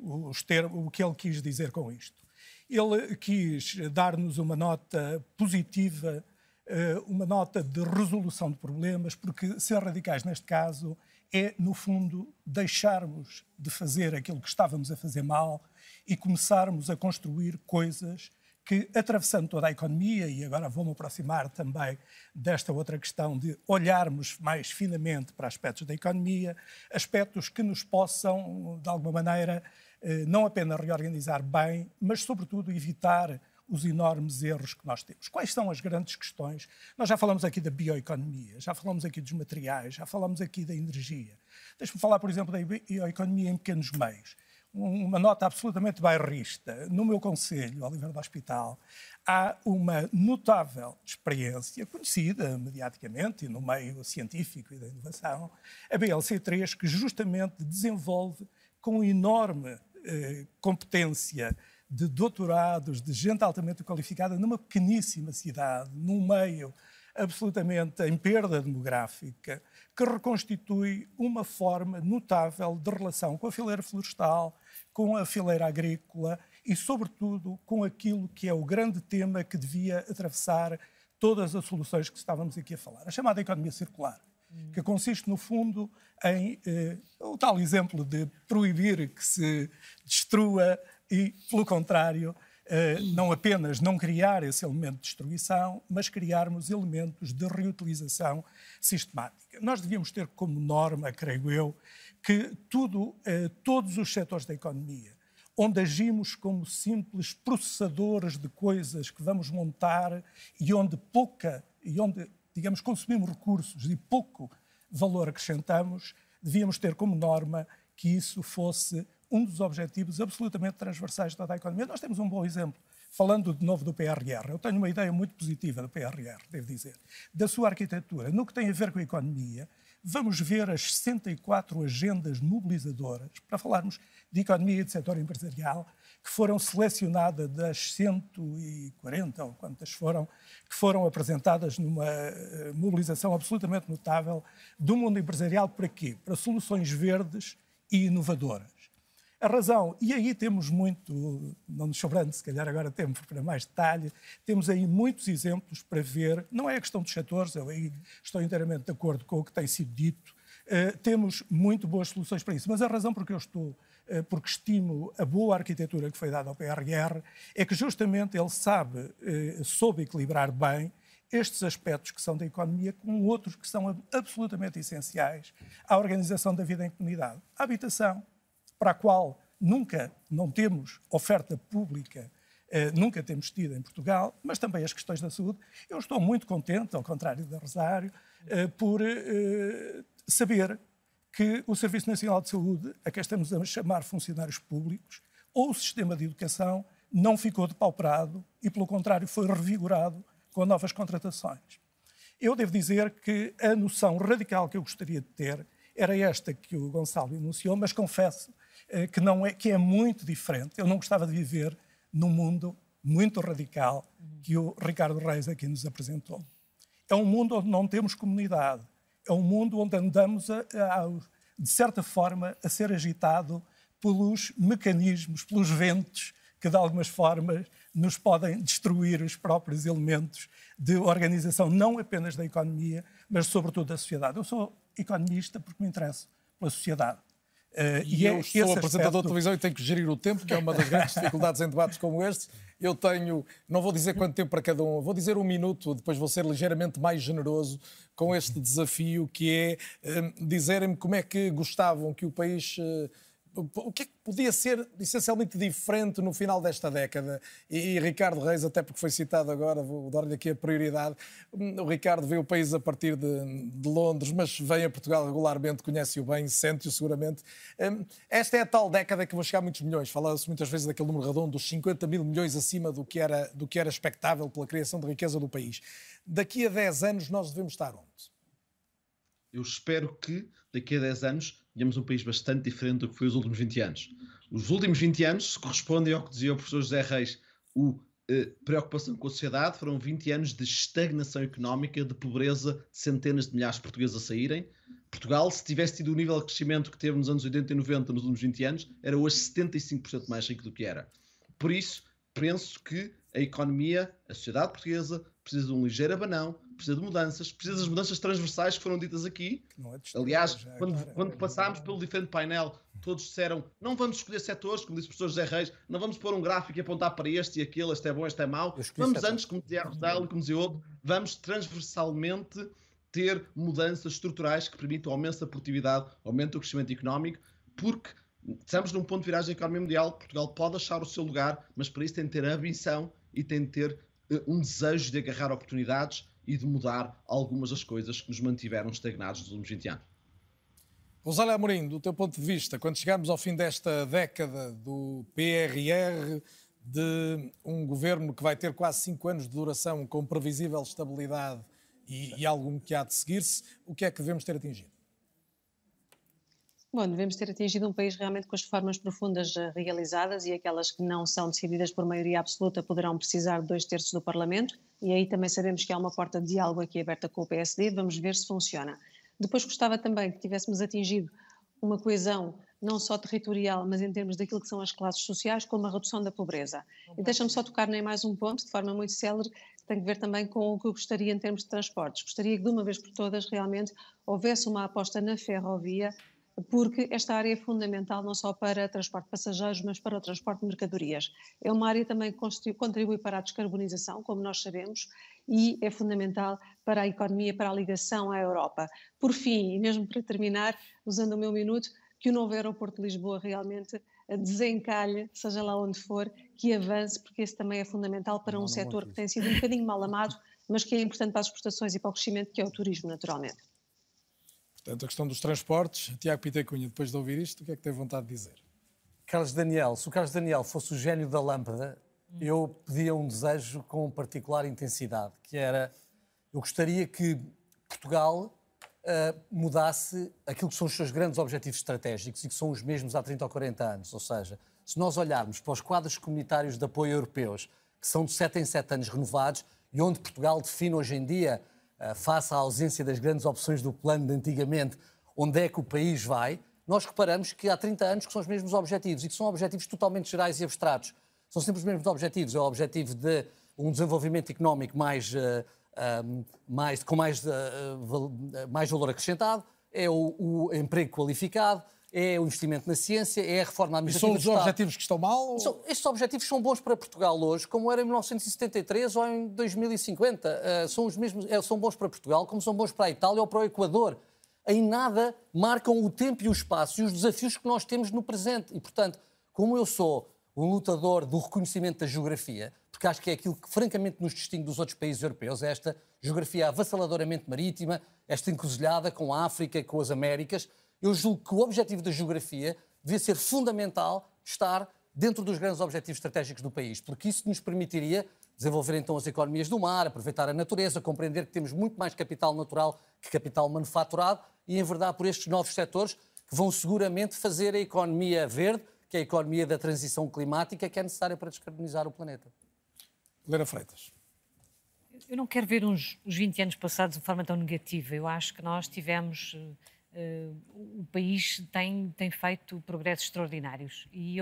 N: o que ele quis dizer com isto. Ele quis dar-nos uma nota positiva, uma nota de resolução de problemas, porque ser radicais neste caso é, no fundo, deixarmos de fazer aquilo que estávamos a fazer mal e começarmos a construir coisas que, atravessando toda a economia, e agora vou-me aproximar também desta outra questão de olharmos mais finamente para aspectos da economia, aspectos que nos possam, de alguma maneira, não apenas reorganizar bem, mas, sobretudo, evitar os enormes erros que nós temos. Quais são as grandes questões? Nós já falamos aqui da bioeconomia, já falamos aqui dos materiais, já falamos aqui da energia. Deixe-me falar, por exemplo, da bioeconomia em pequenos meios. Uma nota absolutamente bairrista. No meu concelho, Oliveira do Hospital, há uma notável experiência, conhecida mediaticamente e no meio científico e da inovação, a BLC3, que justamente desenvolve com enorme competência de doutorados, de gente altamente qualificada, numa pequeníssima cidade, num meio absolutamente em perda demográfica, que reconstitui uma forma notável de relação com a fileira florestal, com a fileira agrícola e, sobretudo, com aquilo que é o grande tema que devia atravessar todas as soluções que estávamos aqui a falar. A chamada economia circular, que consiste, no fundo, em o tal exemplo de proibir que se destrua e, pelo contrário, não apenas não criar esse elemento de destruição, mas criarmos elementos de reutilização sistemática. Nós devíamos ter como norma, creio eu, que todos os setores da economia, onde agimos como simples processadores de coisas que vamos montar e onde digamos, consumimos recursos e pouco valor acrescentamos, devíamos ter como norma que isso fosse um dos objetivos absolutamente transversais de toda a economia. Nós temos um bom exemplo. Falando de novo do PRR, eu tenho uma ideia muito positiva do PRR, devo dizer, da sua arquitetura. No que tem a ver com a economia, vamos ver as 64 agendas mobilizadoras, para falarmos de economia e de setor empresarial, que foram selecionadas das 140, ou quantas foram, que foram apresentadas numa mobilização absolutamente notável do mundo empresarial. Para quê? Para soluções verdes e inovadoras. A razão, e aí temos muito, não nos sobrando se calhar agora tempo para mais detalhe, temos aí muitos exemplos para ver, não é a questão dos setores, eu aí estou inteiramente de acordo com o que tem sido dito, temos muito boas soluções para isso, mas a razão porque porque estimo a boa arquitetura que foi dada ao PRR, é que justamente ele soube equilibrar bem estes aspectos que são da economia com outros que são absolutamente essenciais à organização da vida em comunidade. A habitação, para a qual não temos oferta pública, nunca temos tido em Portugal, mas também as questões da saúde. Eu estou muito contente, ao contrário da Rosário, por saber que o Serviço Nacional de Saúde, a que estamos a chamar funcionários públicos, ou o sistema de educação, não ficou depauperado e, pelo contrário, foi revigorado com novas contratações. Eu devo dizer que a noção radical que eu gostaria de ter era esta que o Gonçalo enunciou, mas confesso que é muito diferente. Eu não gostava de viver num mundo muito radical que o Ricardo Reis aqui nos apresentou. É um mundo onde não temos comunidade. É um mundo onde andamos, de certa forma, a ser agitado pelos mecanismos, pelos ventos que, de algumas formas, nos podem destruir os próprios elementos de organização, não apenas da economia, mas, sobretudo, da sociedade. Eu sou economista porque me interesso pela sociedade.
B: E eu sou apresentador de televisão e tenho que gerir o tempo, que é uma das grandes dificuldades em debates como este. Eu tenho, não vou dizer quanto tempo para cada um, vou dizer 1 minuto, depois vou ser ligeiramente mais generoso com este desafio, que é dizerem-me como é que gostavam que o país... O que é que podia ser essencialmente diferente no final desta década? E Ricardo Reis, até porque foi citado agora, vou dar-lhe aqui a prioridade. O Ricardo vê o país a partir de Londres, mas vem a Portugal regularmente, conhece-o bem, sente-o seguramente. Esta é a tal década que vão chegar a muitos milhões. Fala-se muitas vezes daquele número redondo, dos 50 mil milhões acima do que era expectável pela criação de riqueza do país. Daqui a 10 anos nós devemos estar onde?
O: Eu espero que daqui a 10 anos tenhamos um país bastante diferente do que foi os últimos 20 anos. Os últimos 20 anos, se correspondem ao que dizia o professor José Reis, preocupação com a sociedade, foram 20 anos de estagnação económica, de pobreza, de centenas de milhares de portugueses a saírem. Portugal, se tivesse tido o nível de crescimento que teve nos anos 80 e 90, nos últimos 20 anos, era hoje 75% mais rico do que era. Por isso, penso que a economia, a sociedade portuguesa, precisa de um ligeiro abanão, precisa de mudanças, precisa das mudanças transversais que foram ditas aqui. Aliás, quando passámos pelo diferente painel, todos disseram, não vamos escolher setores, como disse o professor José Reis, não vamos pôr um gráfico e apontar para este e aquele, este é bom, este é mau. Vamos antes, como dizia a Rosário, como dizia outro, vamos transversalmente ter mudanças estruturais que permitam aumento da produtividade, aumento do crescimento económico, porque estamos num ponto de viragem da economia mundial. Portugal pode achar o seu lugar, mas para isso tem de ter a ambição e tem de ter um desejo de agarrar oportunidades e de mudar algumas das coisas que nos mantiveram estagnados nos últimos 20 anos.
B: Rosália Amorim, do teu ponto de vista, quando chegarmos ao fim desta década do PRR, de um governo que vai ter quase 5 anos de duração com previsível estabilidade e algum que há de seguir-se, o que é que devemos ter atingido?
S: Bom, devemos ter atingido um país realmente com as reformas profundas realizadas, e aquelas que não são decididas por maioria absoluta poderão precisar de 2/3 do Parlamento, e aí também sabemos que há uma porta de diálogo aqui aberta com o PSD, vamos ver se funciona. Depois gostava também que tivéssemos atingido uma coesão não só territorial, mas em termos daquilo que são as classes sociais, como a redução da pobreza. E deixa-me só tocar em mais um ponto, de forma muito célere, que tem a ver também com o que eu gostaria em termos de transportes. Gostaria que de uma vez por todas realmente houvesse uma aposta na ferrovia, porque esta área é fundamental não só para transporte de passageiros, mas para o transporte de mercadorias. É uma área também que contribui para a descarbonização, como nós sabemos, e é fundamental para a economia, para a ligação à Europa. Por fim, e mesmo para terminar, usando o meu minuto, que o novo aeroporto de Lisboa realmente desencalhe, seja lá onde for, que avance, porque esse também é fundamental para um setor que tem sido um bocadinho mal amado, mas que é importante para as exportações e para o crescimento, que é o turismo, naturalmente.
B: Portanto, a questão dos transportes, Tiago Pita Cunha, depois de ouvir isto, o que é que tem vontade de dizer?
P: Carlos Daniel, se o Carlos Daniel fosse o gênio da lâmpada, eu pedia um desejo com particular intensidade, que era, eu gostaria que Portugal mudasse aquilo que são os seus grandes objetivos estratégicos e que são os mesmos há 30 ou 40 anos. Ou seja, se nós olharmos para os quadros comunitários de apoio europeus, que são de 7 em 7 anos renovados, e onde Portugal define hoje em dia, face à ausência das grandes opções do plano de antigamente, onde é que o país vai, nós reparamos que há 30 anos que são os mesmos objetivos e que são objetivos totalmente gerais e abstratos. São sempre os mesmos objetivos. É o objetivo de um desenvolvimento económico com mais valor acrescentado, é o emprego qualificado, é o investimento na ciência, é a reforma administrativa.
B: E são os objetivos que estão mal?
P: Estes objetivos são bons para Portugal hoje, como era em 1973 ou em 2050. São bons para Portugal, como são bons para a Itália ou para o Equador. Em nada marcam o tempo e o espaço e os desafios que nós temos no presente. E, portanto, como eu sou um lutador do reconhecimento da geografia, porque acho que é aquilo que francamente nos distingue dos outros países europeus, é esta geografia avassaladoramente marítima, esta encruzilhada com a África e com as Américas, eu julgo que o objetivo da geografia devia ser fundamental estar dentro dos grandes objetivos estratégicos do país, porque isso nos permitiria desenvolver então as economias do mar, aproveitar a natureza, compreender que temos muito mais capital natural que capital manufaturado e enverdar por estes novos setores que vão seguramente fazer a economia verde, que é a economia da transição climática, que é necessária para descarbonizar o planeta.
B: Helena Freitas.
Q: Eu não quero ver os 20 anos passados de forma tão negativa. Eu acho que nós tivemos... o país tem feito progressos extraordinários e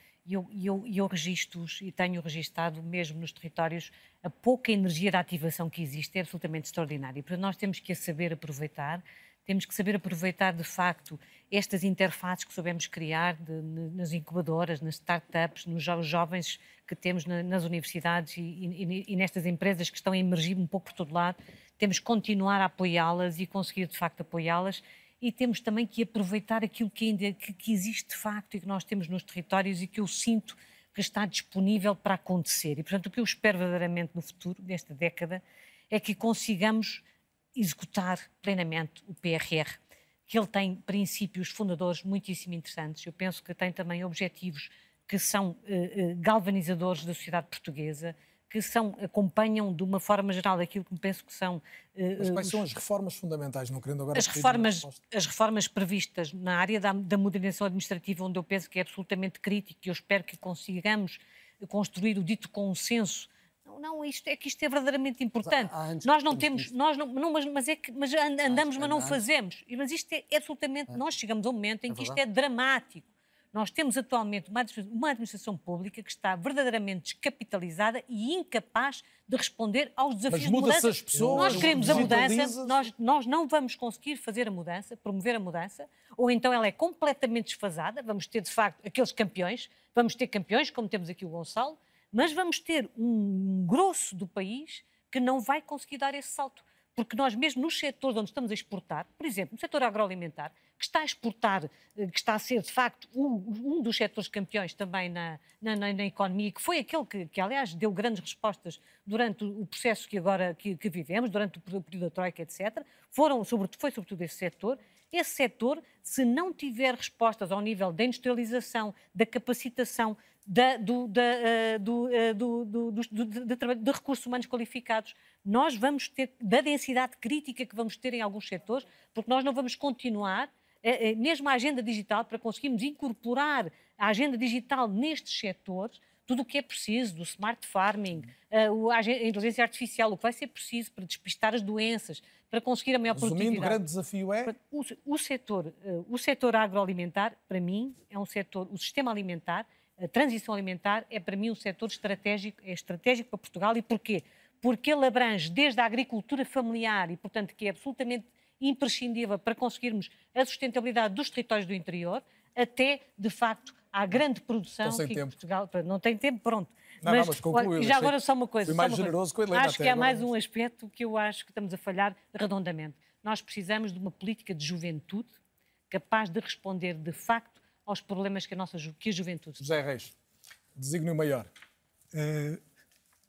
Q: eu registro-os e tenho registado mesmo nos territórios a pouca energia de ativação que existe, é absolutamente extraordinária. Portanto, nós temos que saber aproveitar, temos que saber aproveitar de facto estas interfaces que soubemos criar nas incubadoras, nas startups, nos jovens que temos nas universidades e nestas empresas que estão a emergir um pouco por todo lado. Temos que continuar a apoiá-las e conseguir de facto apoiá-las. E temos também que aproveitar aquilo que ainda que existe de facto e que nós temos nos territórios e que eu sinto que está disponível para acontecer. E, portanto, o que eu espero verdadeiramente no futuro, nesta década, é que consigamos executar plenamente o PRR, que ele tem princípios fundadores muitíssimo interessantes. Eu penso que tem também objetivos que são galvanizadores da sociedade portuguesa, que acompanham de uma forma geral aquilo que penso que são...
B: Mas quais são as reformas fundamentais? Não querendo agora...
Q: As reformas previstas na área da modernização administrativa, onde eu penso que é absolutamente crítico, e eu espero que consigamos construir o dito consenso. Isto é verdadeiramente importante. Nós não temos... Mas andamos, mas não fazemos. Mas isto é absolutamente... Nós chegamos a um momento em que isto é dramático. Nós temos atualmente uma administração pública que está verdadeiramente descapitalizada e incapaz de responder aos desafios de mudança.
B: As pessoas,
Q: nós queremos a mudança, nós não vamos conseguir fazer a mudança, promover a mudança, ou então ela é completamente desfasada, vamos ter de facto aqueles campeões, vamos ter campeões, como temos aqui o Gonçalo, mas vamos ter um grosso do país que não vai conseguir dar esse salto. Porque nós mesmo nos setores onde estamos a exportar, por exemplo, no setor agroalimentar, que está a exportar, que está a ser de facto um dos setores campeões também na economia, que foi aquele que aliás deu grandes respostas durante o processo que vivemos, durante o período da Troika, etc. Foi sobretudo esse setor, se não tiver respostas ao nível da industrialização, da capacitação, de recursos humanos qualificados, nós vamos ter, da densidade crítica que vamos ter em alguns setores, porque nós não vamos continuar, mesmo a agenda digital, para conseguirmos incorporar a agenda digital nestes setores, tudo o que é preciso, do smart farming, a inteligência artificial, o que vai ser preciso para despistar as doenças, para conseguir a maior produtividade.
B: Resumindo, o grande desafio é...
Q: O setor agroalimentar, para mim, é um setor, o sistema alimentar, a transição alimentar é para mim um setor estratégico, é estratégico para Portugal. E porquê? Porque ele abrange desde a agricultura familiar e, portanto, que é absolutamente imprescindível para conseguirmos a sustentabilidade dos territórios do interior, até, de facto, à grande produção que Portugal... Não tem tempo, pronto.
B: Mas concluiu.
Q: E já agora só uma coisa.
B: Fui mais generoso com a Helena.
Q: Acho que há mais um aspecto que eu acho que estamos a falhar redondamente. Nós precisamos de uma política de juventude capaz de responder, de facto, aos problemas que a juventude...
B: José Reis, desígnio maior.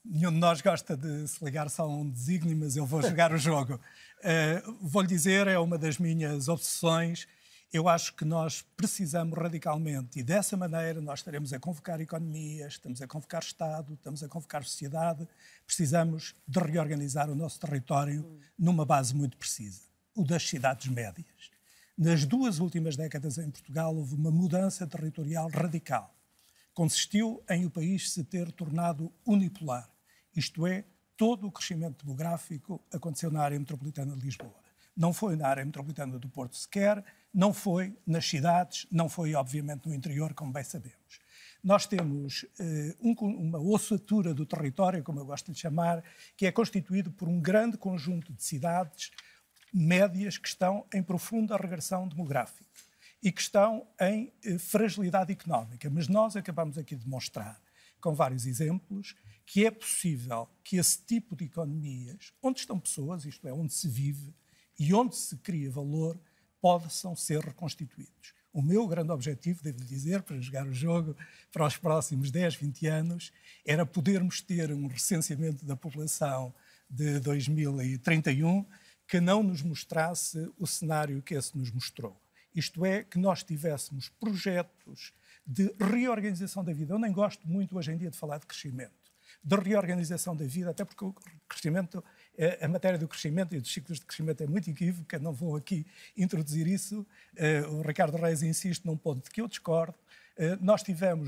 N: Nenhum de nós gosta de se ligar só a um desígnio, mas eu vou jogar o jogo. Vou-lhe dizer, é uma das minhas obsessões. Eu acho que nós precisamos radicalmente, e dessa maneira nós estaremos a convocar economias, estamos a convocar Estado, estamos a convocar sociedade, precisamos de reorganizar o nosso território numa base muito precisa, o das cidades médias. Nas 2 últimas décadas em Portugal houve uma mudança territorial radical. Consistiu em o país se ter tornado unipolar, isto é, todo o crescimento demográfico aconteceu na área metropolitana de Lisboa. Não foi na área metropolitana do Porto sequer, não foi nas cidades, não foi, obviamente, no interior, como bem sabemos. Nós temos uma ossatura do território, como eu gosto de chamar, que é constituído por um grande conjunto de cidades médias que estão em profunda regressão demográfica e que estão em fragilidade económica. Mas nós acabamos aqui de mostrar, com vários exemplos, que é possível que esse tipo de economias, onde estão pessoas, isto é, onde se vive, e onde se cria valor, possam ser reconstituídos. O meu grande objetivo, devo dizer, para jogar o jogo para os próximos 10, 20 anos, era podermos ter um recenseamento da população de 2031 que não nos mostrasse o cenário que esse nos mostrou. Isto é, que nós tivéssemos projetos de reorganização da vida. Eu nem gosto muito hoje em dia de falar de crescimento, de reorganização da vida, até porque o crescimento, a matéria do crescimento e dos ciclos de crescimento é muito equívoca, não vou aqui introduzir isso. O Ricardo Reis insiste num ponto de que eu discordo. Nós tivemos,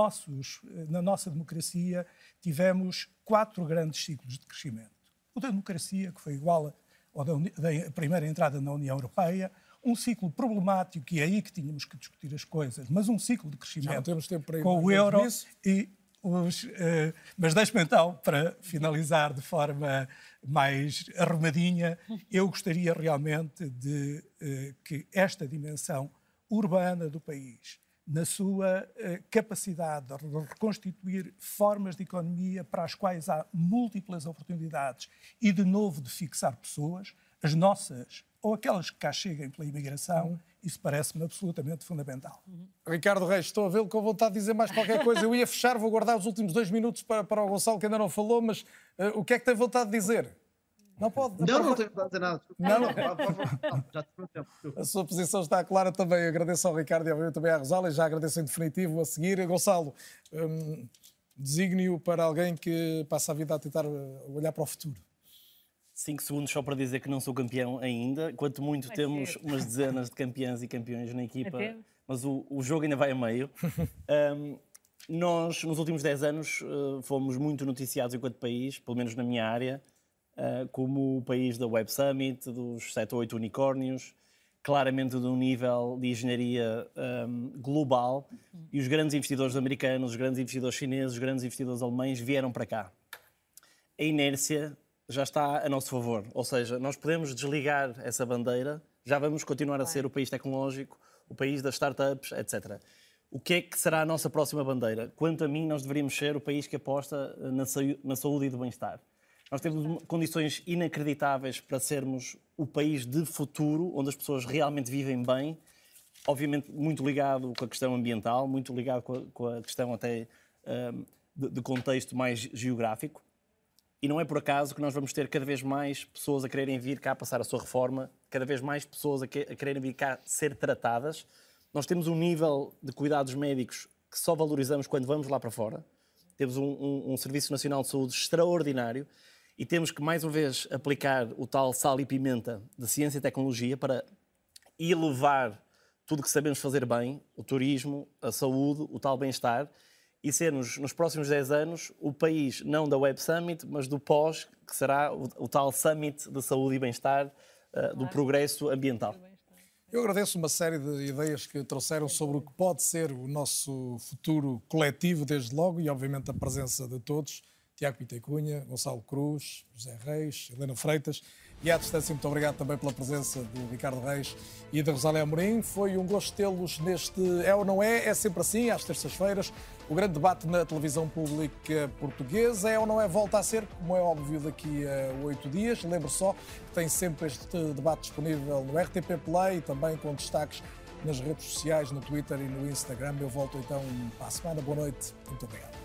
N: na nossa democracia, tivemos 4 grandes ciclos de crescimento. O da democracia, que foi igual ao da primeira entrada na União Europeia, um ciclo problemático, e é aí que tínhamos que discutir as coisas, mas um ciclo de crescimento com o euro e mas deixe-me então, para finalizar de forma mais arrumadinha, eu gostaria realmente de que esta dimensão urbana do país, na sua capacidade de reconstituir formas de economia para as quais há múltiplas oportunidades e, de novo, de fixar pessoas, as nossas ou aquelas que cá cheguem pela imigração, isso parece-me absolutamente fundamental.
B: Ricardo Reis, estou a vê-lo com vontade de dizer mais qualquer coisa. Eu ia fechar, vou guardar os últimos 2 minutos para o Gonçalo, que ainda não falou, mas o que é que tem vontade de dizer? Não pode.
O: Não tenho vontade de dizer nada.
B: Não. Já tive tempo. A sua posição está clara também. Agradeço ao Ricardo e obviamente também à Rosália. Já agradeço em definitivo a seguir. Gonçalo, desígnio para alguém que passa a vida a tentar olhar para o futuro.
R: 5 segundos só para dizer que não sou campeão ainda. Quanto muito temos umas dezenas de campeãs e campeões na equipa, mas o jogo ainda vai a meio. Nós, nos últimos 10 anos, fomos muito noticiados enquanto país, pelo menos na minha área, como o país da Web Summit, dos 7 ou 8 unicórnios, claramente de um nível de engenharia global, e os grandes investidores americanos, os grandes investidores chineses, os grandes investidores alemães vieram para cá. A inércia já está a nosso favor, ou seja, nós podemos desligar essa bandeira, já vamos continuar a ser o país tecnológico, o país das startups, etc. O que é que será a nossa próxima bandeira? Quanto a mim, nós deveríamos ser o país que aposta na saúde e do bem-estar. Nós temos condições inacreditáveis para sermos o país de futuro, onde as pessoas realmente vivem bem, obviamente muito ligado com a questão ambiental, muito ligado com a questão até de contexto mais geográfico. E não é por acaso que nós vamos ter cada vez mais pessoas a quererem vir cá passar a sua reforma, cada vez mais pessoas a quererem vir cá ser tratadas. Nós temos um nível de cuidados médicos que só valorizamos quando vamos lá para fora. Temos um Serviço Nacional de Saúde extraordinário e temos que, mais uma vez, aplicar o tal sal e pimenta de ciência e tecnologia para elevar tudo o que sabemos fazer bem, o turismo, a saúde, o tal bem-estar, e sermos, nos próximos 10 anos, o país não da Web Summit, mas do pós, que será o tal Summit de Saúde e Bem-Estar, do progresso ambiental.
B: Eu agradeço uma série de ideias que trouxeram sobre o que pode ser o nosso futuro coletivo, desde logo, e obviamente a presença de todos. Tiago Pitecunha, Gonçalo Cruz, José Reis, Helena Freitas. E à distância, muito obrigado também pela presença de Ricardo Reis e de Rosália Amorim. Foi um gosto tê-los neste É ou Não É? É sempre assim, às terças-feiras. O grande debate na televisão pública portuguesa. É ou Não É? Volta a ser, como é óbvio, daqui a 8 dias. Lembro só que tem sempre este debate disponível no RTP Play e também com destaques nas redes sociais, no Twitter e no Instagram. Eu volto então para a semana. Boa noite. Muito obrigado.